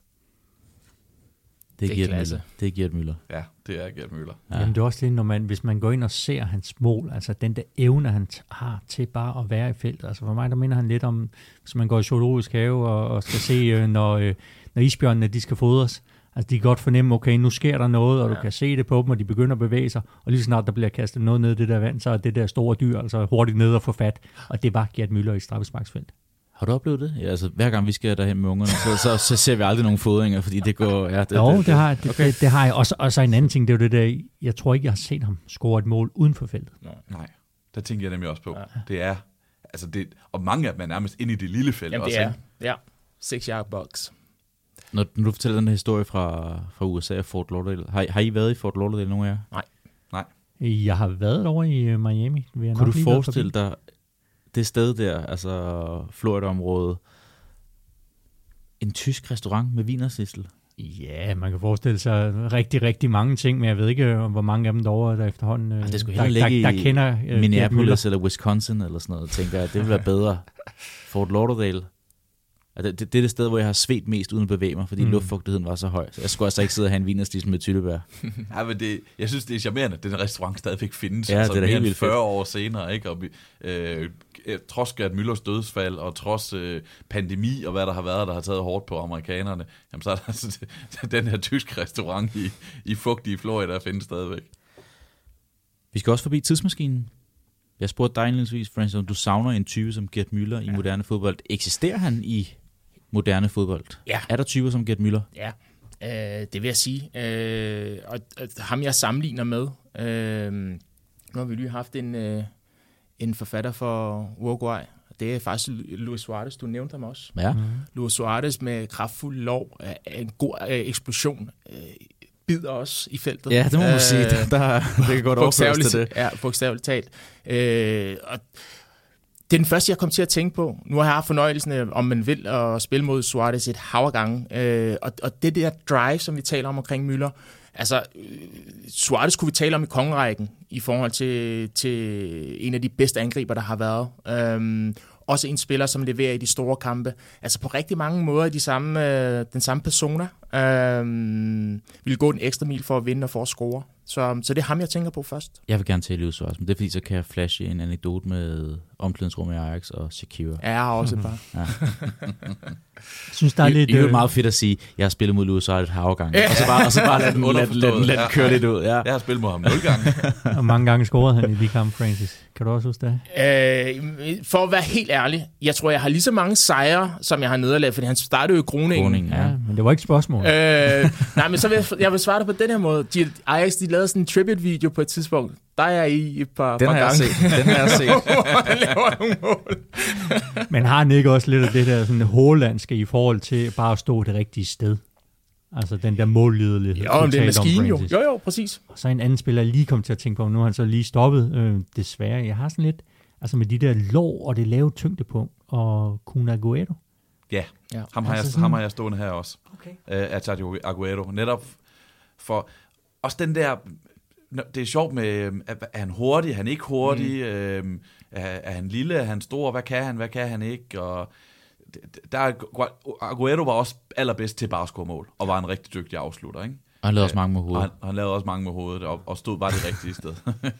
Det er, Det er Gert klasse. Müller. Det er Gert Müller. Ja, det er Gert Müller. Ja. Jamen det er også det, når man, hvis man går ind og ser hans mål, altså den der evne, han t- har til bare at være i feltet. Altså for mig, der minder han lidt om, hvis man går i zoologisk have og, og skal se, øh, når, øh, når isbjørnene, de skal fodres. Altså de kan godt fornemme, okay, nu sker der noget, og ja. du kan se det på dem, og de begynder at bevæge sig. Og lige snart der bliver kastet noget ned i det der vand, så er det der store dyr altså hurtigt ned og få fat. Og det var Gert Müller i et straffesparksfelt. Har du oplevet det? Ja, altså, hver gang vi skal derhen med ungerne, så, så, så ser vi aldrig nogen fodringer, fordi det går... Ja, det, jo, det, det, det, har, det, okay. det, det har jeg. Og så, og så en anden ting, det er jo det der, jeg tror ikke, jeg har set ham score et mål uden for feltet. Nej, der tænker jeg nemlig også på. Ja. Det er... Altså det, og mange af dem er nærmest inde i det lille felt. Jamen, også, det er, ikke? ja. Six yard box. Når, når du fortæller den her historie fra, fra U S A og Fort Lauderdale, har, har I været i Fort Lauderdale, nogen af jer? Nej. Nej. Jeg har været over i Miami. Kunne du forestille dig det sted der, altså Florida-området, en tysk restaurant med vinersissel? Ja, man kan forestille sig rigtig, rigtig mange ting, men jeg ved ikke, hvor mange af dem derovre, der efterhånden det skulle der, heller ligge der, der, der kender i Minneapolis eller Wisconsin eller sådan noget, tænker jeg. Det ville være bedre. Fort Lauderdale. Det, det, det er det sted, hvor jeg har svedt mest uden at bevæge mig, fordi mm. luftfugtigheden var så høj. Så jeg skulle altså ikke sidde og have en vinersissel med tyttebær. Ja, men det, jeg synes, det er charmerende, at den restaurant stadigvæk findes. Ja, altså, det er mere helt end fyrre fedt. år senere, ikke? Og vi, øh, trods Gert Müllers dødsfald, og trods øh, pandemi, og hvad der har været, der har taget hårdt på amerikanerne, jamen, så er der altså den her tyske restaurant i, i fugtige Florida, der findes stadigvæk. Vi skal også forbi tidsmaskinen. Jeg spurgte dig indledningsvis, Francis, om du savner en type som Gert Müller i ja. moderne fodbold. Eksisterer han i moderne fodbold? Ja. Er der typer som Gert Müller? Ja, øh, det vil jeg sige. Øh, og, og ham jeg sammenligner med, øh, nu har vi lige haft en, øh, en forfatter for Uruguay. Det er faktisk Luis Suarez, du nævnte ham også. Ja. Mm. Luis Suarez med kraftfuld lov, en god øh, eksplosion, øh, bider også i feltet. Ja, det må man øh, sige. Der, der, det kan godt overføres til det. Ja, bogstaveligt talt. Øh, og det er den første, jeg kom til at tænke på. Nu har jeg haft fornøjelsen, om man vil, at spille mod Suarez et hav af gange. Øh, og, og det der drive, som vi taler om omkring Müller, altså Suarez kunne vi tale om i kongerækken i forhold til, til en af de bedste angriber, der har været. Øh, også en spiller, som leverer i de store kampe. Altså på rigtig mange måder de samme, øh, den samme persona. Øh, vil gå en ekstra mil for at vinde og for at score. Så, så det er ham, jeg tænker på først. Jeg vil gerne tale Luis Suarez, men det er fordi, så kan jeg flashe en anekdote med omklædningsrummet i Ajax og Shakira. Ja, jeg har også et par. Ja. Jeg synes, der er I, lidt... I er jo meget fedt at sige, jeg har spillet mod Luis Suarez et hav gange, og så bare, og så bare lad den, lad, lad, lad, lad den køre lidt ud. Ja. Jeg har spillet mod ham nul gange. Og mange gange scorede han i de kampe, Francis. Kan du også huske det? Øh, for at være helt ærlig, jeg tror, jeg har lige så mange sejre, som jeg har nederlag, fordi han startede jo i Groningen. Groningen, Ja, men det var ikke et spørgsmål. Øh, nej, men så vil jeg, jeg vil svare dig på den her måde. De, Ajax, de lavede sådan en tribute-video på et tidspunkt. Der er jeg i et par, Den par har jeg gange. set. Den har jeg set. Han laver nogle mål. Men har han ikke også lidt af det der sådan hollandske i forhold til bare at stå det rigtige sted? Altså den der mållidelighed. Jo, men det er en maskine jo. Jo, jo, præcis. Og så en anden spiller lige kom til at tænke på, nu har han så lige stoppet, øh, desværre. Jeg har sådan lidt, altså med de der lår og det lave tyngdepunkt, og Kun Agüero. Ja, Ja. ham har, Altså jeg, sådan- ham har jeg stående her også. Okay. Uh, af Sergio Aguero. Netop for... Også den der... Det er sjovt med, er han hurtig, er han ikke hurtig, mm. øh, er, er han lille, er han stor, hvad kan han, hvad kan han ikke, og der, Aguero var også allerbedst til bare at score mål, og var en rigtig dygtig afslutter, ikke? Og han lavede også mange med hovedet. Og han, han lavede også mange med hovedet, og, og stod bare det rigtige sted.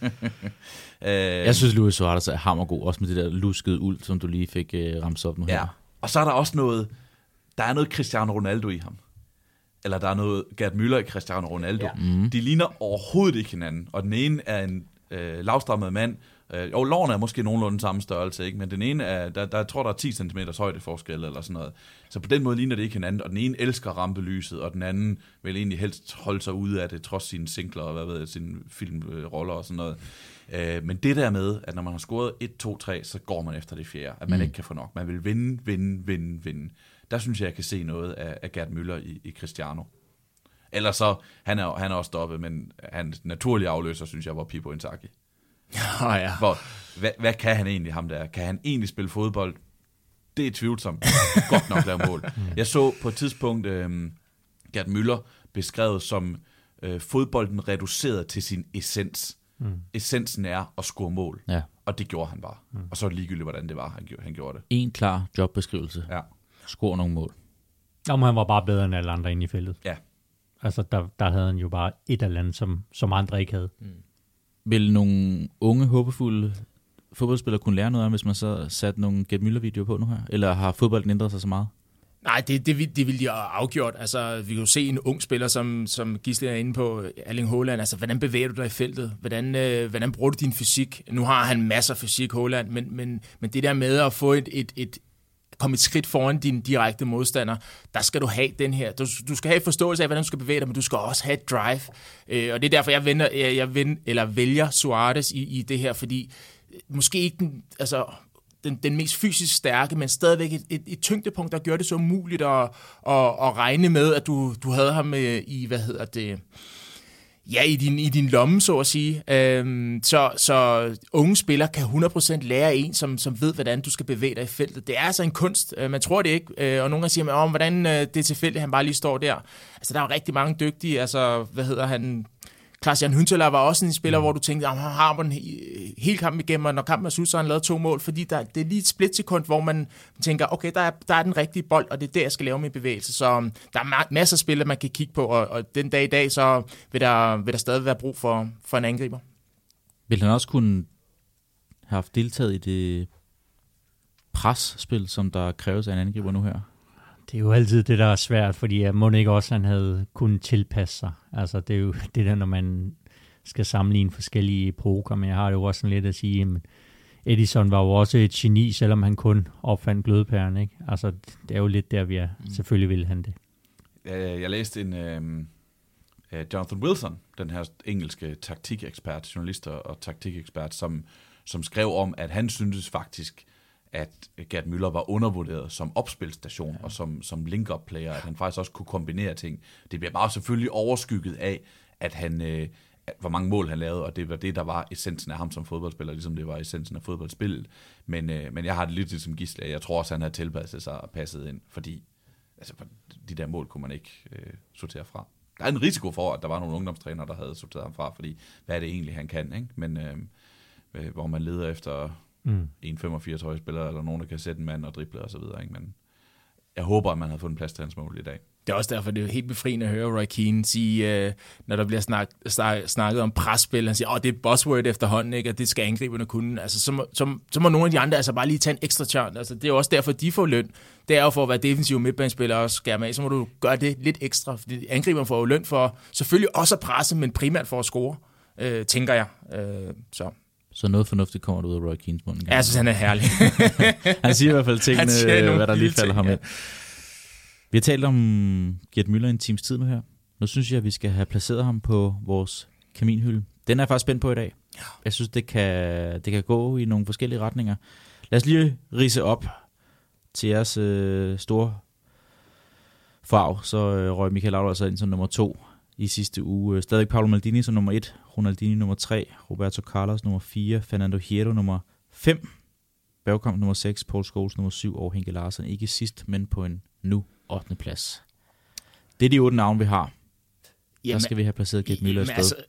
Jeg synes, Luis Suarez er hammergod, også med det der luskede uld, som du lige fik uh, ramset op nu her. Ja, og så er der også noget, der er noget Cristiano Ronaldo i ham. Eller der er noget Gert Müller i Cristiano Ronaldo. Ja. Mm. De ligner overhovedet ikke hinanden. Og den ene er en øh, lavstrammet mand. Øh, jo, lårene er måske nogenlunde samme størrelse, ikke? Men den ene er, der, der jeg tror der er ti centimeter højdeforskel eller sådan noget. Så på den måde ligner det ikke hinanden. Og den ene elsker rampelyset, og den anden vil egentlig helst holde sig ude af det, trods sine singler og hvad ved jeg, sine filmroller og sådan noget. Øh, men det der med, at når man har scoret et, to, tre, så går man efter det fjerde. At man mm. ikke kan få nok. Man vil vinde, vinde, vinde, vinde. Der synes jeg, jeg kan se noget af, af Gert Müller i, i Cristiano. Ellers så, han er, han er også stoppet, men hans naturlige afløser, synes jeg, var Pippo Inzaghi. Oh, ja. Hvor, hvad, hvad kan han egentlig, ham der? Kan han egentlig spille fodbold? Det er tvivlsomt. Godt nok lave mål. Jeg så på et tidspunkt øh, Gert Müller beskrevet som øh, fodbolden reduceret til sin essens. mm. essensen er at score mål. Ja. Og det gjorde han bare. Mm. Og så er det ligegyldigt, hvordan det var, han gjorde, han gjorde det. En klar jobbeskrivelse. Ja. Score nogle mål. Jamen, han var bare bedre end alle andre inde i feltet. Ja. Altså, der, der havde han jo bare et eller andet, som, som andre ikke havde. Mm. Vil nogle unge, håbefulde fodboldspillere kunne lære noget af, hvis man så satte nogle Gerd Müller-videoer på nu her? Eller har fodbolden ændret sig så meget? Nej, det, det, det vil de have afgjort. Altså, vi kan jo se en ung spiller, som, som Gisle er inde på, Erling Haaland. Altså, hvordan bevæger du dig i feltet? Hvordan, øh, hvordan bruger du din fysik? Nu har han masser af fysik, Haaland, men, men, men det der med at få et, et, et komme et skridt foran din direkte modstander, der skal du have den her. Du, du skal have forståelse af, hvordan du skal bevæge dig, men du skal også have et drive. Øh, og det er derfor, jeg, vender, jeg, jeg vender, eller vælger Suarez i, i det her, fordi måske ikke den, altså, den, den mest fysisk stærke, men stadigvæk et, et, et tyngdepunkt, der gør det så umuligt at, at, at regne med, at du, du havde ham i, hvad hedder det, ja, i din, i din lomme, så at sige. Øhm, så, så unge spillere kan hundrede procent lære en, som, som ved, hvordan du skal bevæge dig i feltet. Det er altså en kunst. Man tror det ikke. Og nogle siger, om hvordan det er tilfældigt, han bare lige står der. Altså, der er jo rigtig mange dygtige. Altså, hvad hedder han? Klaas-Jan Huntelaar var også en spiller, mm. hvor du tænkte, at han har man hele kampen igennem, og når kampen er slut, så har han lavet to mål, fordi der, det er lige et splitsekund, hvor man tænker, okay, der er, der er den rigtige bold, og det er der, jeg skal lave min bevægelse. Så um, der er masser af spillere, man kan kigge på, og, og den dag i dag, så vil der, vil der stadig være brug for, for en angriber. Vil han også kunne have haft deltaget i det presspil, som der kræves af en angriber nu her? Det er jo altid det, der er svært, fordi jeg må ikke også, han havde kunnet tilpasse sig. Altså, det er jo det der, når man skal sammenligne forskellige epoker, men jeg har det jo også sådan lidt at sige, at Edison var jo også et geni, selvom han kun opfandt glødepæren, ikke? Altså, det er jo lidt der, vi er. Mm. Selvfølgelig ville han det. Jeg, jeg læste en uh, Jonathan Wilson, den her engelske taktikekspert, journalist og taktikekspert, som, som skrev om, at han syntes faktisk, at Gerd Müller var undervurderet som opspilstation ja. og som, som link-up-player, at han faktisk også kunne kombinere ting. Det bliver bare selvfølgelig overskygget af, at han, øh, at hvor mange mål han lavede, og det var det, der var essensen af ham som fodboldspiller, ligesom det var essensen af fodboldspillet. Men, øh, men jeg har det lidt ligesom Gisle. Jeg tror også, han havde tilpasset sig og passet ind, fordi altså, for de der mål kunne man ikke øh, sortere fra. Der er en risiko for, at der var nogle ungdomstrænere, der havde sorteret ham fra, fordi hvad er det egentlig, han kan, ikke? Men øh, hvor man leder efter Mm. en komma femogfirs høje spiller, eller nogen, der kan sætte en mand og drible og så videre, ikke? Men jeg håber, at man har fundet plads til hans mål i dag. Det er også derfor, det er helt befriende at høre Roy Keane sige, øh, når der bliver snak, snak, snakket om presspil, han siger, åh, det er buzzword efterhånden, ikke? Og det skal angriberne kunne. Altså, så må, så, så må nogle af de andre altså bare lige tage en ekstra chance. Altså, det er også derfor, de får løn. Det er jo for at være defensiv midtbanespiller og skærme af, så må du gøre det lidt ekstra. Fordi angriberne får jo løn for selvfølgelig også at presse, men primært for at score, øh, tænker jeg. Øh, så... Så noget fornuftigt kommer ud af Roy Keanes mund. Ja, jeg synes, han er herlig. Han siger i hvert fald tingene, hvad der lige falder ham ind. Vi har talt om Gerd Müller en times tid nu her. Nu synes jeg, at vi skal have placeret ham på vores kaminhylde. Den er jeg faktisk spændt på i dag. Jeg synes, det kan, det kan gå i nogle forskellige retninger. Lad os lige ridse op til jeres øh, store farv. Så øh, røg Michael Laudrup altså ind som nummer to i sidste uge. Stadig Paolo Maldini som nummer et, Ronaldinho nummer tre, Roberto Carlos nummer fire, Fernando Hierro nummer fem, Bergkamp nummer seks, Paul Scholes nummer syv og Henke Larsson ikke sidst, men på en nu ottende plads. Det er de otte navne, vi har. Jamen, der skal vi have placeret Gerd Müller et sted. Altså,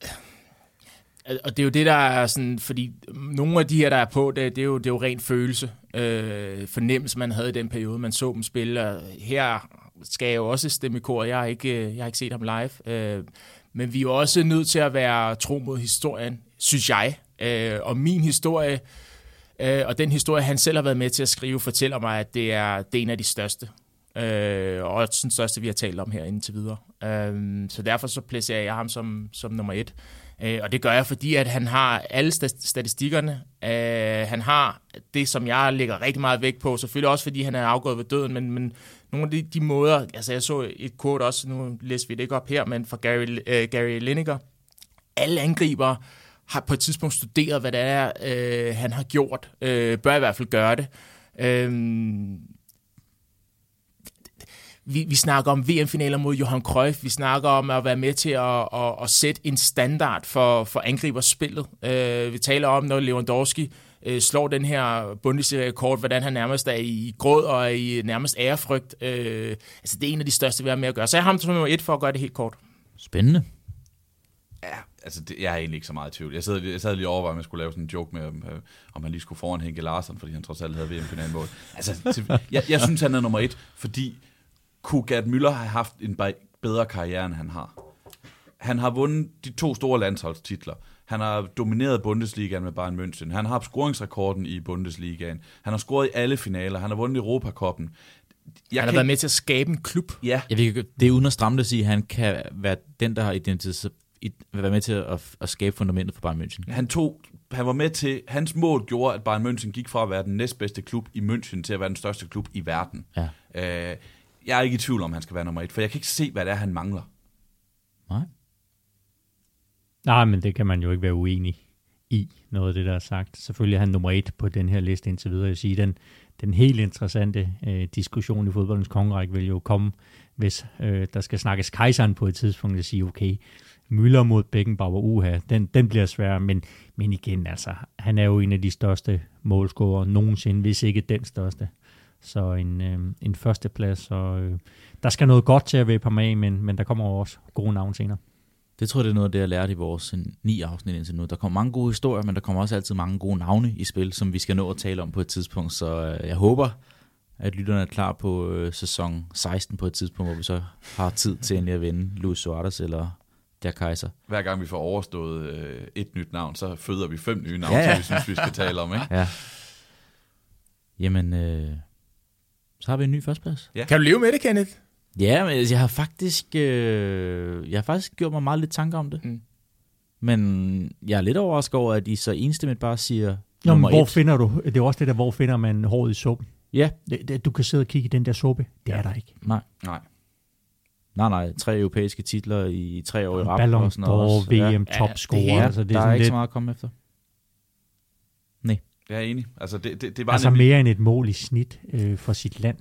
og det er jo det, der er sådan, fordi nogle af de her, der er på, det, det, er, jo, det er jo ren følelse, øh, fornemmelse, man havde i den periode, man så dem spille. Her skal jeg jo også stemme i kor, jeg har ikke, jeg har ikke set ham live, øh, men vi er jo også nødt til at være tro mod historien, synes jeg. Øh, og min historie, øh, og den historie, han selv har været med til at skrive, fortæller mig, at det er, det er en af de største. Øh, og også den største, vi har talt om her indtil videre. Øh, så derfor så placerer jeg ham som, som nummer et. Øh, og det gør jeg, fordi at han har alle statistikkerne. Øh, han har det, som jeg lægger rigtig meget vægt på. Selvfølgelig også, fordi han er afgået ved døden, men, men nogle af de, de måder, altså jeg så et quote også, nu læser vi det ikke op her, men fra Gary, øh, Gary Lineker. Alle angriber har på et tidspunkt studeret, hvad det er, øh, han har gjort. Øh, bør i hvert fald gøre det. Øh, vi, vi snakker om V M-finaler mod Johan Cruyff. Vi snakker om at være med til at, at, at sætte en standard for, for angriberspillet. Øh, vi taler om, når Lewandowski øh, slår den her Bundesliga-rekord, hvordan han nærmest er i gråd og i nærmest ærefrygt. Øh, altså det er en af de største, vi har med at gøre. Så jeg har ham som nummer et for at gøre det helt kort. Spændende. Ja, altså det, jeg er egentlig ikke så meget i tvivl. Jeg sad, jeg sad lige over, om jeg skulle lave sådan en joke med, om, om han lige skulle foran Henke Larsson, fordi han trods alt havde V M-finalmål. Altså, til, jeg, jeg synes, han er nummer et, fordi kunne Gerd Müller have haft en bedre karriere, end han har. Han har vundet de to store landsholdstitler. Han har domineret Bundesligaen med Bayern München. Han har scoringsrekorden i Bundesligaen. Han har scoret i alle finaler. Han har vundet Europacupen. Jeg han har kan... været med til at skabe en klub. Ja. Jeg ved, det er uden at stramme det at sige, at han kan være den, der har identitet, være med til at, at skabe fundamentet for Bayern München. Han, tog, han var med til, hans mål gjorde, at Bayern München gik fra at være den næstbedste klub i München til at være den største klub i verden. Ja. Øh, jeg er ikke i tvivl om, han skal være nummer et, for jeg kan ikke se, hvad det er, han mangler. Nej. Nej, men det kan man jo ikke være uenig i, noget af det, der er sagt. Selvfølgelig er han nummer et på den her liste indtil videre. Jeg siger, den, den helt interessante øh, diskussion i fodboldens kongerække vil jo komme, hvis øh, der skal snakkes kejseren på et tidspunkt, og sige, okay, Müller mod Beckenbauer, uha, den, den bliver svær, men, men igen, altså, han er jo en af de største målscorere nogensinde, hvis ikke den største. Så en, øh, en førsteplads, og øh, der skal noget godt til at væbe ham af, men, men der kommer også gode navne senere. Det tror jeg, det er noget af det, jeg lærte i vores ni afsnit indtil nu. Der kommer mange gode historier, men der kommer også altid mange gode navne i spil, som vi skal nå at tale om på et tidspunkt. Så øh, jeg håber, at lytterne er klar på øh, sæson seksten på et tidspunkt, hvor vi så har tid til endelig at vinde Luis Suarez eller Der Kaiser. Hver gang vi får overstået øh, et nyt navn, så føder vi fem nye navne, ja, ja. som vi synes, vi skal tale om. Ikke? Ja. Jamen, øh, så har vi en ny førsteplads. Ja. Kan du leve med det, Kenneth? Ja, men jeg har faktisk øh, jeg har faktisk gjort mig meget lidt tanker om det. Mm. Men jeg er lidt overrasket over, at I så enstemmigt bare siger Nå, nummer men hvor et. finder du, det er også det der, hvor finder man håret i suppen? Ja. Det, det, du kan sidde og kigge i den der suppe. Det ja. er der ikke. Nej. Nej. Nej, nej. Tre europæiske titler i tre år i rap. Ballon d'Or, V M, ja. topscorer. Ja, altså, det der er, er ikke lidt... så meget at komme efter. Nej. Jeg er enig. Altså, det, det, det var altså nemlig... mere end et mål i snit øh, for sit land.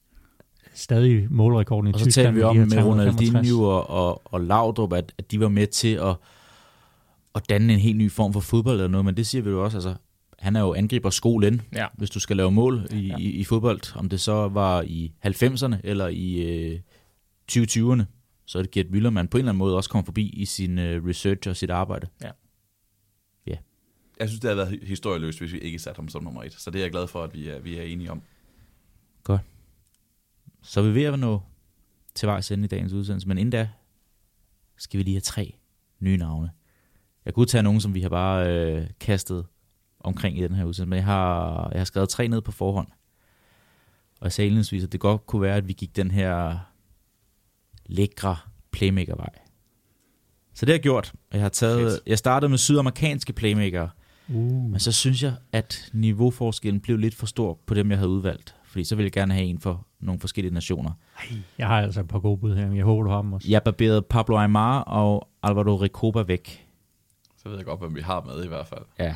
Stadig målrekorden i Tyskland. Og så taler vi om med Ronaldinho og, og, og Laudrup, at, at de var med til at, at danne en helt ny form for fodbold eller noget, men det siger vi jo også, altså, han er jo angriber skolen, ja. Hvis du skal lave mål i, ja. i, i fodbold, om det så var i halvfemserne eller i øh, tyve tyverne, så er det Gerd Müller, man på en eller anden måde også kommer forbi i sin øh, research og sit arbejde. Ja. Ja. Jeg synes, det havde været historieløst, hvis vi ikke satte ham som nummer et, så det er jeg glad for, at vi er, vi er enige om. Godt. Så er vi ved at nå til vejs ende i dagens udsendelse, men inden da skal vi lige have tre nye navne. Jeg kunne tage nogen, som vi har bare øh, kastet omkring i den her udsendelse, men jeg har, jeg har skrevet tre ned på forhånd. Og jeg sagde indledningsvis, at det godt kunne være, at vi gik den her lækre playmaker-vej. Så det har jeg gjort. Jeg har taget, jeg startede med sydamerikanske playmaker, uh. men så synes jeg, at niveauforskellen blev lidt for stor på dem, jeg havde udvalgt. Fordi så ville jeg gerne have en for nogle forskellige nationer. Ej, jeg har altså et par gode bud her, men jeg håber, du har dem også. Jeg barberede Pablo Aimar og Alvaro Recoba væk. Så ved jeg godt, hvem vi har med i hvert fald. Ja.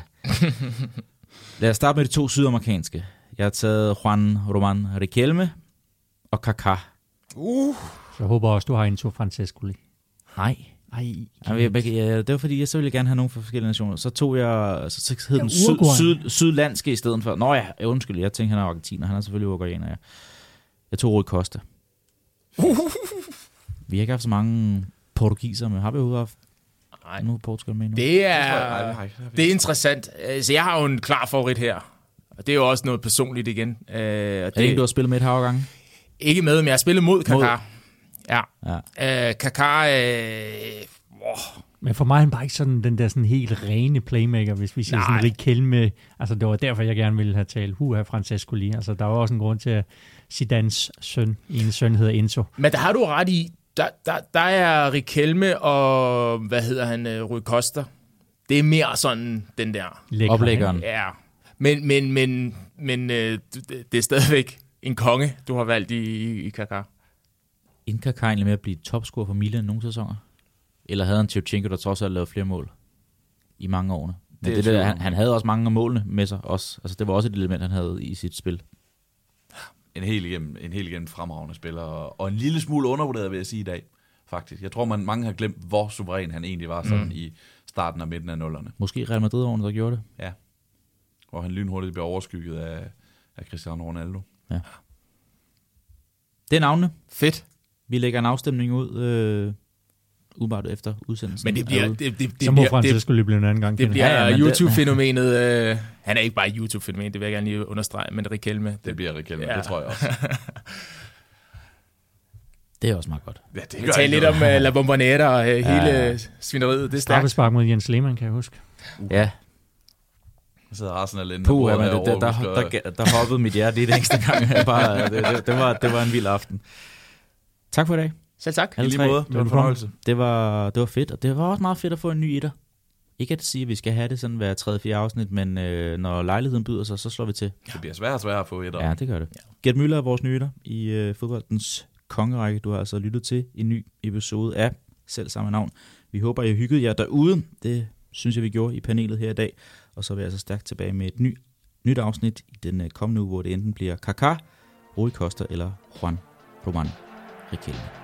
Lad os starte med de to sydamerikanske. Jeg har taget Juan Roman Riquelme og Kaká. Uh. Så jeg håber også, du har en to Francescoli. Nej. Ej, jeg, ja, det var fordi, jeg så ville gerne have nogen fra forskellige nationer. Så tog jeg, så, så hed ja, den syd, syd, sydlandske i stedet for. Nå ja, undskyld, jeg tænkte, han er argentiner. Han er selvfølgelig uruguayaner, ja. Jeg tog Rui Costa. Uh. Vi har ikke haft så mange portugiser, men har vi jo haft Nej. nu Portugal med nu? Det er, det, jeg, det er interessant. Så jeg har jo en klar favorit her. Og det er jo også noget personligt igen. Uh, er det ikke, du har spillet med et hav gange? Ikke med, men jeg har spillet mod Kaká. Mod. Ja. ja. Uh, Kaká... Uh, wow. Men for mig er han bare ikke sådan den der sådan helt rene playmaker, hvis vi siger Nej. sådan Riquelme. Altså det var derfor, jeg gerne ville have talt Huha Francescoli. Altså der var også en grund til, at Zidanes søn, en søn hedder Enzo. Men der har du ret i, der, der, der er Riquelme og, hvad hedder han, Rui Costa. Det er mere sådan den der... Lækker, oplæggeren. Ja. Men, men, men, men øh, det er stadigvæk en konge, du har valgt i, i Kaká. Inden Kaká egentlig med at blive topscorer for Milan nogle sæsoner? Eller havde han Tjevchenko, der trods alt lavet flere mål i mange år? Men det det der, han, han havde også mange af målene med sig også. Altså, det var også et element, han havde i sit spil. En helt igennem, en helt igennem fremragende spiller, og en lille smule undervurderet, vil jeg sige i dag, faktisk. Jeg tror, man mange har glemt, hvor suveræn han egentlig var sådan mm. i starten og midten af nullerne. Måske Real Madrid-årene, der gjorde det. Ja, hvor han lynhurtigt blev overskygget af, af Cristiano Ronaldo. Ja. Det er navnene. Fedt. Vi lægger en afstemning ud. Øh, umiddelbart efter udsendelsen. Men det bliver... Det, det, det, så må bliver, Francesco lige blive en anden gang. Det bliver ja, ja, YouTube-fænomenet. Øh, han er ikke bare YouTube-fænomen, det vil jeg gerne lige understrege, men Riquelme. Det, det bliver Riquelme, ja. det tror jeg også. Det er også meget godt. Ja, det vi taler lidt om uh, La Bombonera og uh, ja. hele svineriet. Det er stærkt. Straffespark mod Jens Lehmann, kan jeg huske. Uh. Ja. Så sidder Arsenal inde. Puh, ja, det, der, der, der, der, der hoppede mit hjerte lidt ekstra gang. Bare, det, det, det, var, det var en vild aften. Tak for i dag. Selv tak. I lige måde. Det var en fornøjelse. Det var, det var fedt, og det var også meget fedt at få en ny etter. Ikke at sige, at vi skal have det sådan hver tredje, fjerde afsnit, men øh, når lejligheden byder sig, så slår vi til. Det bliver svært og svært at få etter. Ja, det gør det. Ja. Gert Müller er vores nye etter i øh, fodboldens kongerække. Du har altså lyttet til en ny episode af selv samme navn. Vi håber, I har hygget jer derude. Det synes jeg, vi gjorde i panelet her i dag. Og så er vi altså stærkt tilbage med et ny, nyt afsnit i den kommende uge, hvor det enten bliver Kaká, Rui Costa eller Juan Román Riquelme.